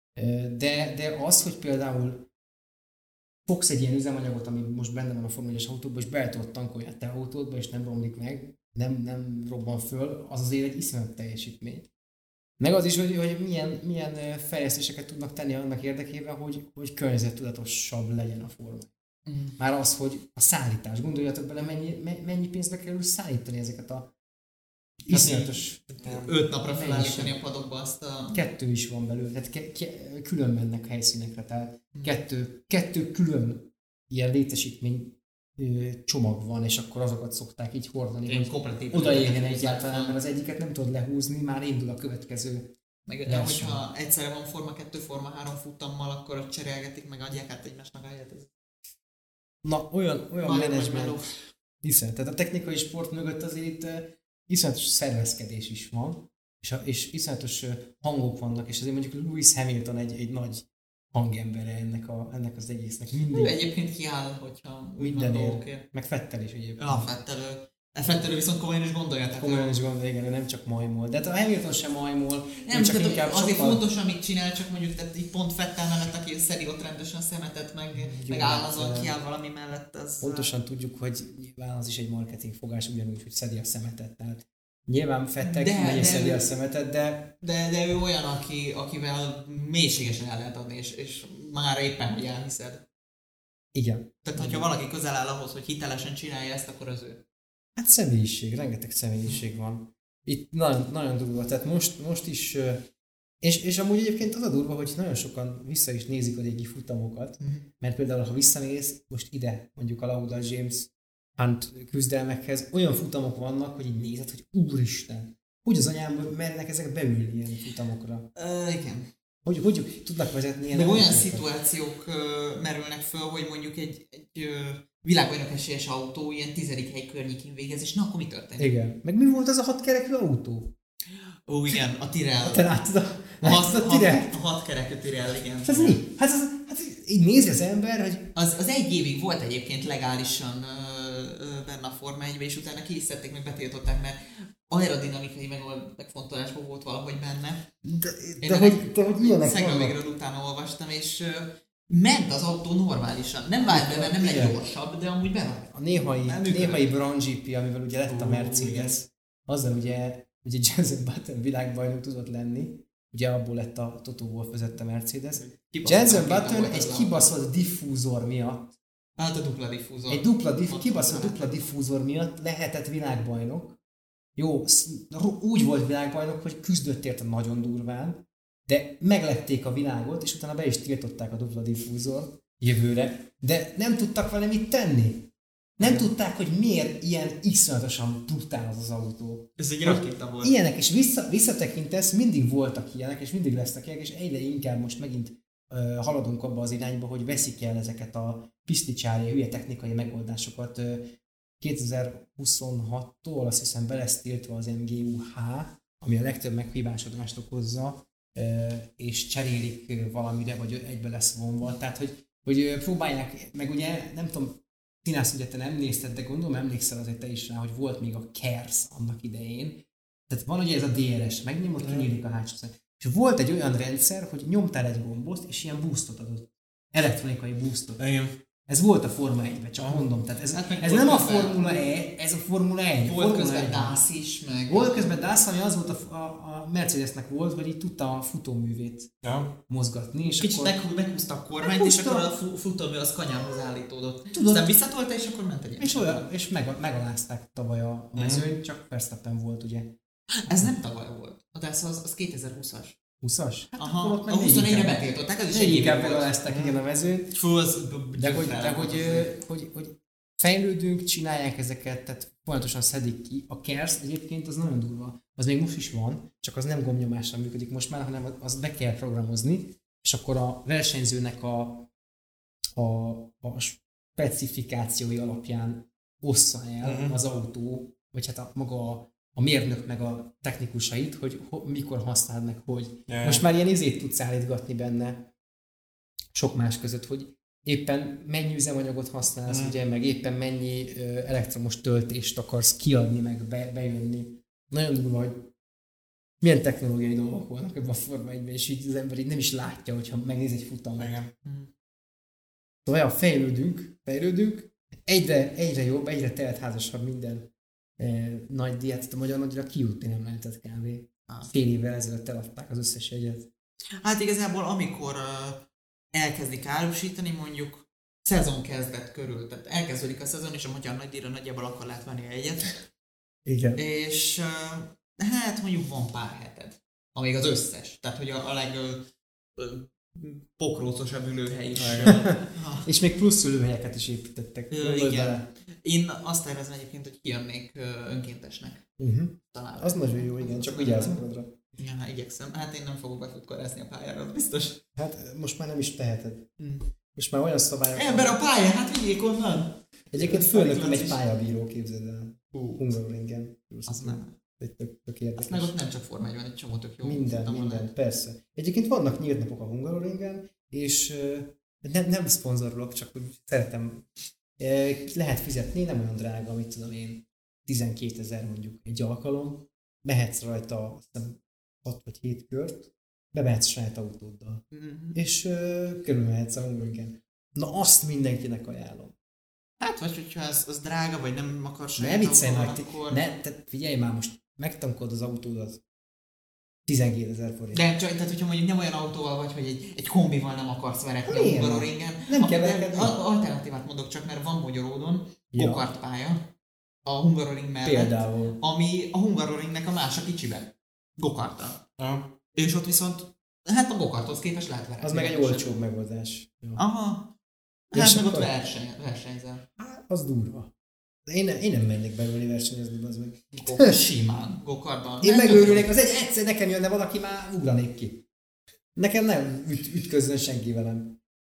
De az, hogy például fogsz egy ilyen üzemanyagot, ami most benne van a Forma 1-es autóban, és be tudod tankolni a te autódba, és nem romlik meg, nem robban föl, az azért egy iszonyat teljesítmény. Meg az is, hogy milyen fejlesztéseket tudnak tenni annak érdekében, hogy környezettudatosabb legyen a Forma. Már az, hogy a szállítás, gondoljatok bele, mennyi pénzbe kerül szállítani ezeket a iszonyatos... 5 napra felállítani a padokba azt a... 2 is van belőle, tehát külön mennek helyszínekre, tehát kettő külön ilyen létesítmény csomag van, és akkor azokat szokták így hordani, hogy odaérjen egyáltalán, mert az egyiket nem tudod lehúzni, már indul a következő. Meg hogyha egyszerre van Forma 2, Forma 3 futammal, akkor cserélgetik, meg adják át egymásnak a helyet. Na, olyan menedzsment. Hiszen, tehát a technikai sport mögött azért iszonyatos szervezkedés is van, és iszonyatos hangok vannak, és azért mondjuk Lewis Hamilton egy nagy hangembere ennek az egésznek. Mindig. Ő egyébként kiáll, hogyha mindenért. Meg Vettel is egyébként. Ja, Vettel viszont komolyan is gondolja. Komolyan is gondolja, igen, nem csak majmol. De hát a Hamilton sem majmol. Nem, csak inkább azért fontos, amit csinál, csak mondjuk tehát így pont Vettel mellett, aki szedi ott rendesen szemetet, meg áll azon, kiáll valami mellett. Az pontosan tudjuk, hogy nyilván az is egy marketing fogás, ugyanúgy, hogy szedi a szemetet. Tehát nyilván Vettel szedi a szemetet, de ő olyan, akivel mélységesen el lehet adni, és már éppen, hogy elhiszed. Igen. Tehát, hogyha valaki közel áll ahhoz, hogy hitelesen csinálja ezt, akkor az ő. Hát személyiség, rengeteg személyiség van. Itt nagyon, nagyon durva, tehát most is, és amúgy egyébként az a durva, hogy nagyon sokan vissza is nézik a régi futamokat, mert például, ha visszanéz most ide, mondjuk a Lauda James Hunt küzdelmekhez, olyan futamok vannak, hogy így nézed, hogy úristen, hogy az anyám mernek ezek beülni ilyen futamokra? Igen. Hogy tudnak vezetni ilyen... De olyan szituációk merülnek föl, hogy mondjuk egy világbajnok esélyes autó ilyen 10. hely környékén végez, és na akkor mi történik? Igen. Meg mi volt az a 6 kerekű autó? Ó, igen, a Tyrrell. Te láttad a Tyrrell? A 6 kerekű Tyrrell, igen. Ez mi? Hát így nézi az ember, hogy... Az egy évig volt egyébként legálisan benne a Forma 1-be, és utána ki is szedték, meg betiltották, mert aerodinamikai megfontolásból volt valahogy benne. De hogy ilyenek Szegravégről utána olvastam, és ment az autó normálisan. Nem vált be, mert nem lett gyorsabb, de amúgy bevált. A néhai Brown GP, amivel ugye lett a Mercedes, azzal ugye Jenson Button világbajnok tudott lenni, ugye abból lett a Toto Wolff vezette Mercedes. Jenson Button egy kibaszott diffúzor miatt, hát a dupla diffúzor. Kibaszott dupla diffúzor miatt lehetett világbajnok. Jó, úgy volt világbajnok, hogy küzdött érte nagyon durván, de meglepték a világot, és utána be is tiltották a dupla diffúzort jövőre, de nem tudtak vele mit tenni. Nem tudták, hogy miért ilyen iszonyatosan brutál az autó. Ez egy rakéta volt. Ilyenek, és visszatekintesz, mindig voltak ilyenek, és mindig lesznek ilyenek, és egyre inkább most megint haladunk abba az irányba, hogy veszik el ezeket a piszticsári, hülye technikai megoldásokat. 2026-tól azt hiszem be lesz tiltva az MGU-H, ami a legtöbb meghibásodást okozza, és cserélik valamire, vagy egybe lesz vonva. Tehát, hogy próbálják, meg ugye nem tudom, Színász, ugye te nem nézted, de gondolom emlékszel azért te is rá, hogy volt még a KERS annak idején. Tehát van ugye ez a DRS, megnyomod, kinyílik a hátsó szem. És volt egy olyan rendszer, hogy nyomtál egy gombot, és ilyen boostot adott. Elektronikai boostot. Igen. Ez volt a Forma 1-ben, csak mondom. Tehát ez nem a Formula E, ez a Formula 1. Volt közben DAS is, meg... Volt közben DAS, ami az volt a Mercedesnek volt, hogy így tudta a futóművét mozgatni. És kicsit akkor... meghúzta a kormányt, és akkor a futómű az kanyarhoz állítódott. Aztán visszatolta, és akkor ment egy és megalázták tavaly a mezőnyt, csak Verstappen volt, ugye. Ez nem tavaly volt. A DAS az 2020-as. 20-as? Hát aha, a 24-re betiltották, az is egy inkább megalázták, igen, a mezőnyt. De hogy fejlődünk, csinálják ezeket, tehát folyamatosan szedik ki. A KERS egyébként az nagyon durva. Az még most is van, csak az nem gombnyomással működik most már, hanem azt be kell programozni, és akkor a versenyzőnek a specifikációi alapján ossza el az autó, vagy hát maga a mérnök meg a technikusait, hogy mikor használd meg, hogy. Most már ilyen izét tudsz állítgatni benne, sok más között, hogy éppen mennyi üzemanyagot használsz, ugye, meg éppen mennyi elektromos töltést akarsz kiadni, meg bejönni. Nagyon durva, hogy milyen technológiai dolgok vannak ebben a Forma 1-ben, és így az ember így nem is látja, hogyha megnéz egy futamot. Szóval fejlődünk, egyre jobb, egyre teltházasabb minden nagy diát, a magyar nagyra kijutni nem lehetett kb. Fél évvel ezelőtt eladták az összes jegyet. Hát igazából amikor elkezdik árusítani, mondjuk szezon kezdet körül, tehát elkezdődik a szezon, és a magyar nagydíjra nagyjából akkor lehet venni a jegyet. Igen. És hát mondjuk van pár heted, amíg az összes, tehát hogy a pokrócosabb ülőhely is. És még plusz ülőhelyeket is építettek. Igen. Én azt tervezem egyébként, hogy kijönnék önkéntesnek. Talán. Az nagyon jó, igen, csak vigyázz magadra. Ja, igyekszem. Hát én nem fogok befutkorázni a pályára, biztos. Hát most már nem is teheted. Most már olyan szabályok... Ember a pálya, hát vigyék onnan! Egyébként fölnöttem egy pályabíró, képzeld el. Hungaroringen. Azt nem. Tök érdekes. Azt meg ott nem csak Forma 1 van, egy csomó tök jó. Minden, persze. Egyébként vannak nyílt napok a Hungaroringen, és nem szponzorolok, csak úgy szeretem. Lehet fizetni, nem olyan drága, mit tudom én, 12 000 mondjuk egy alkalom. Mehetsz rajta, azt hiszem 6 vagy 7 kört, bemehetsz saját autóddal. És körülmehetsz a Hungaroringen. Na azt mindenkinek ajánlom. Hát vagy hogyha az drága, vagy nem akar saját autóval, akkor... Tehát figyelj már, most megtankolod az autódat 12 000 forint. De csak, tehát hogyha mondjuk nem olyan autóval vagy, hogy egy kombival nem akarsz veretni a Hungaroringen. Nem kell veretni. Alternatívát mondok csak, mert van Magyaródon go-kart pálya a Hungaroring mellett. Például. Ami a Hungaroringnek a más a kicsiben. Go-karttal. És ott viszont, hát a go-karthoz képest lehet veretni. Az meg egy olcsóbb megoldás. Aha. Hát meg ott versenyzel. Az durva. Én nem mennék beülni versenyezni, az meg. Simán, go-kartban. Én megőrülnék, az egyszer nekem jönne valaki, már ugranék ki. Nekem nem ütközzön senki velem.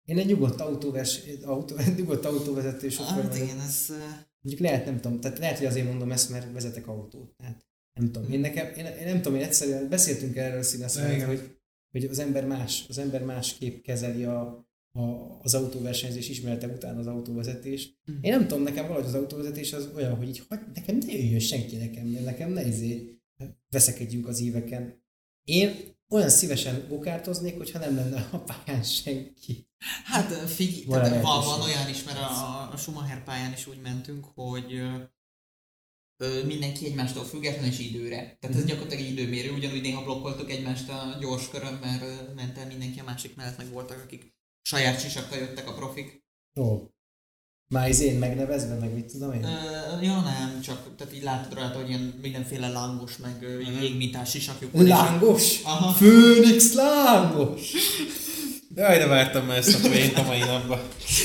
Én egy nyugodt autóvezető sofőr Hát vagyok. igen, ez... Mondjuk lehet, nem tudom, tehát lehet, hogy azért mondom ezt, mert vezetek autót. Tehát nem tudom, én nem tudom, én egyszerűen beszéltünk erről színesen, hogy az ember másképp kezeli az autóversenyzés ismerete után az autóvezetést. Én nem tudom, nekem valahogy az autóvezetés az olyan, hogy így, nekem ne jöjjön senki nekem ne veszekedjünk az éveken. Én olyan szívesen gokártoznék, hogyha nem lenne a pályán senki. Hát figyelj, van olyan is, mert a Schumacher pályán is úgy mentünk, hogy mindenki egymástól független és időre. Tehát ez gyakorlatilag egy időmérő, ugyanúgy néha blokkoltuk egymást a gyors körön, mert ment el mindenki a másik mellett, meg voltak, akik saját sisakkal jöttek a profik. Ó. Már én megnevezve, meg mit tudom én? Ja nem, csak tehát így látod rajta, hogy ilyen mindenféle lángos, meg jégmintás sisakjuk. Lángos? Főnix lángos! Jaj, de vártam már ezt a poént a mai napban.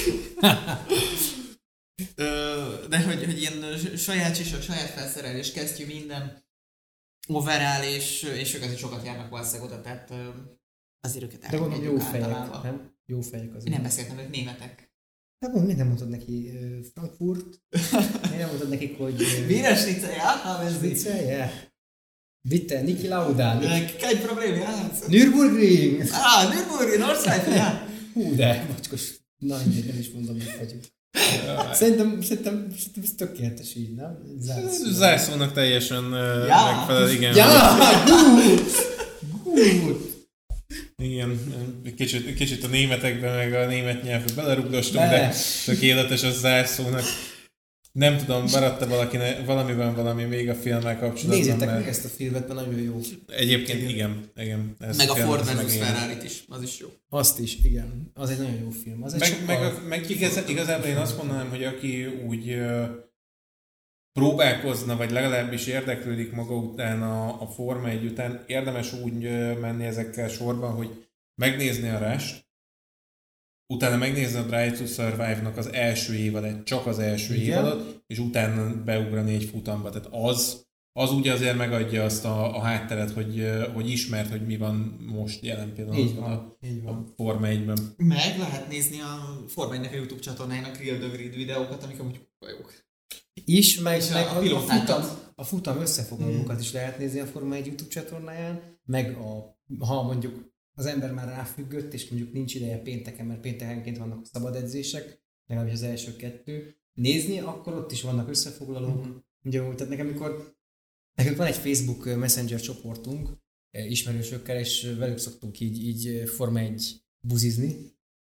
De hogy ilyen saját sisak, saját felszerelés, kesztyű, minden overall, és ők azért sokat járnak valószínűleg oda, tehát azért őket de gondolom jó fejek, nem? Jó fejek azért. Én nem beszéltem, ők németek. Hát miért nem mondtad neki Frankfurt? Miért nem mondtad nekik, hogy... Wiener Schnitzel, ja? Schnitzel, ja. Bitte, Niki Lauda. Kein Problem, ja. Nürburgring. Nürburgring, Nordschleife, ja. Hú, de mocskos. Na, nem is mondom, mit vagyunk. Szerintem ez tökéletes így, nem? Zárszónak teljesen megfelel, igen. Ja, good. Igen, kicsit a németekben, meg a német nyelvbe belerugdostunk, de tökéletes az zárszónak. Nem tudom, maradt-e valami még a filmmel kapcsolatban? Nézzétek meg ezt a filmet, mert nagyon jó. Egyébként igen. Meg a Ford vs. Ferrari-t is, az is jó. Azt is, igen. Az egy nagyon jó film. Az meg igazából én azt mondanám, hogy aki úgy próbálkozna, vagy legalábbis érdeklődik maga után a Forma 1 után, érdemes úgy menni ezekkel sorban, hogy megnézni a Rush-t, utána megnézni a Drive to Survive-nak az első évadát, csak az első évadot, és utána beugrani egy futamba. Tehát az ugye azért megadja azt a hátteret, hogy ismert, hogy mi van most jelen pillanatban a Forma 1-ben. Meg lehet nézni a Forma 1-nek a YouTube csatornájának Real the Grid videókat, amik amúgy jók. Is, meg a futam összefoglalókat is lehet nézni a Forma 1 YouTube csatornáján, meg ha mondjuk az ember már ráfüggött, és mondjuk nincs ideje pénteken, mert péntekenként vannak szabad edzések, legalábbis az első 2, nézni, akkor ott is vannak összefoglalók. Ugye, tehát nekünk van egy Facebook Messenger csoportunk ismerősökkel, és velük szoktunk így Forma 1 buzizni.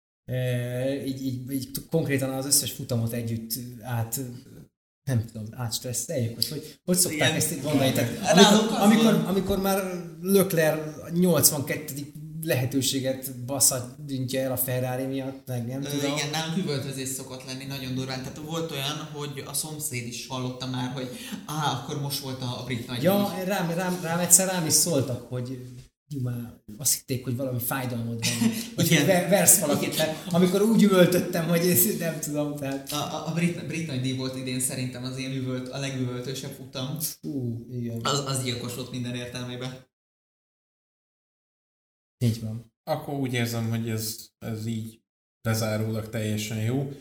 Így konkrétan az összes futamot együtt átstresszeljük, hogy szokták ilyen, ezt mondani. Amikor már Leclerc 82. lehetőséget basszadintja el a Ferrari miatt, meg nem tudom. Igen, nálunk üvöltözés szokott lenni nagyon durván. Tehát volt olyan, hogy a szomszéd is hallotta már, hogy akkor most volt a brit nagy. Ja, rám is szóltak, hogy már azt hitték, hogy valami fájdalmad van, vagy hogy versz valakit, amikor úgy üvöltöttem, hogy nem tudom, tehát... A brit nagy díj volt idén szerintem az ilyen a legüvöltősebb futam. Igen. Az gyilkos volt minden értelmében. Így van. Akkor úgy érzem, hogy ez így bezárólag teljesen jó.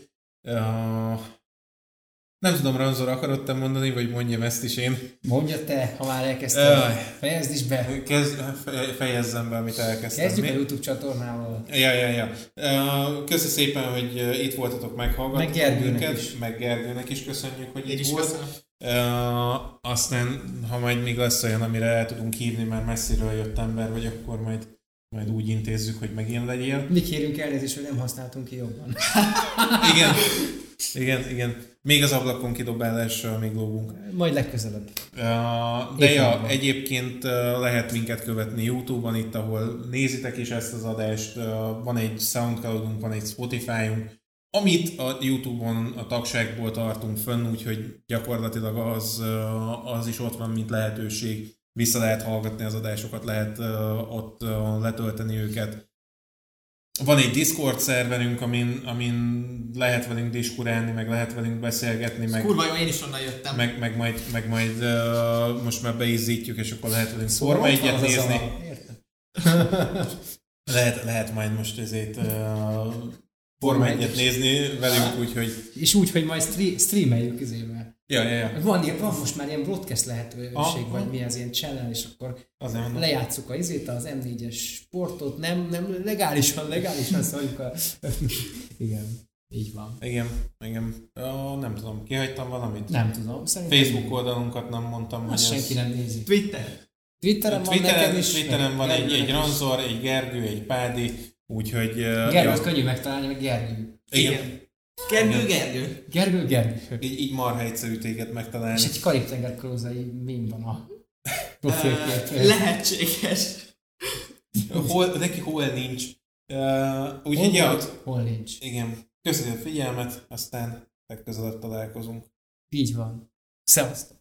Nem tudom, Ranzor, akarod te mondani, vagy mondjam ezt is én? Mondja te, ha már elkezdtem. Fejezd is be. Fejezzem be, amit elkezdtem. Kezdjük a YouTube csatornával. Ja. Köszi szépen, hogy itt voltatok, meghallgattok minket. Meg Gergőnek is köszönjük, hogy itt volt. Aztán, ha majd még lesz olyan, amire el tudunk hívni, mert messziről jött ember vagy, akkor majd úgy intézzük, hogy megint legyél. Mi kérünk elnézést, hogy nem használtunk ki jobban. Igen. Még az ablakon kidobálással még lógunk. Majd legközelebb. De egyébként lehet minket követni YouTube-on, itt, ahol nézitek is ezt az adást. Van egy Soundcloudunk, van egy Spotify-unk, amit a YouTube-on a tagságból tartunk fönn, úgyhogy gyakorlatilag az is ott van, mint lehetőség. Vissza lehet hallgatni az adásokat, lehet ott letölteni őket. Van egy Discord szerverünk, amin lehet velünk diskurálni, meg lehet velünk beszélgetni. Kurva jó, én is onnan jöttem. Meg majd most már beizzítjuk, és akkor lehet velünk Forma 1-et nézni. Lehet majd most ezért Forma 1-et nézni velünk, úgyhogy... És úgy, hogy majd streameljük izével. Ja. Van most már ilyen broadcast lehetőség, vagy mi az ilyen channel, és akkor lejátszuk az M4-es sportot, nem legálisan szóljuk a... Igen. Így van. Igen. Nem tudom, kihagytam valamit? Nem tudom. Szerintem Facebook oldalunkat nem mondtam, hogy senki nem nézi. Twitteren van neked is. Twitteren van egy Ranzor, egy Gergő, egy Pádi, úgyhogy... Gergőt könnyű megtalálni, meg Gergő. Igen. Gergő. Így marha egyszerű téged megtalálni. És egy Karib-tenger kalózai mém van a profilkép. Lehetséges. Neki hol nincs. Úgyhogy hol nincs. Igen. Köszönjük a figyelmet, aztán legközelebb találkozunk. Így van. Szevasztok!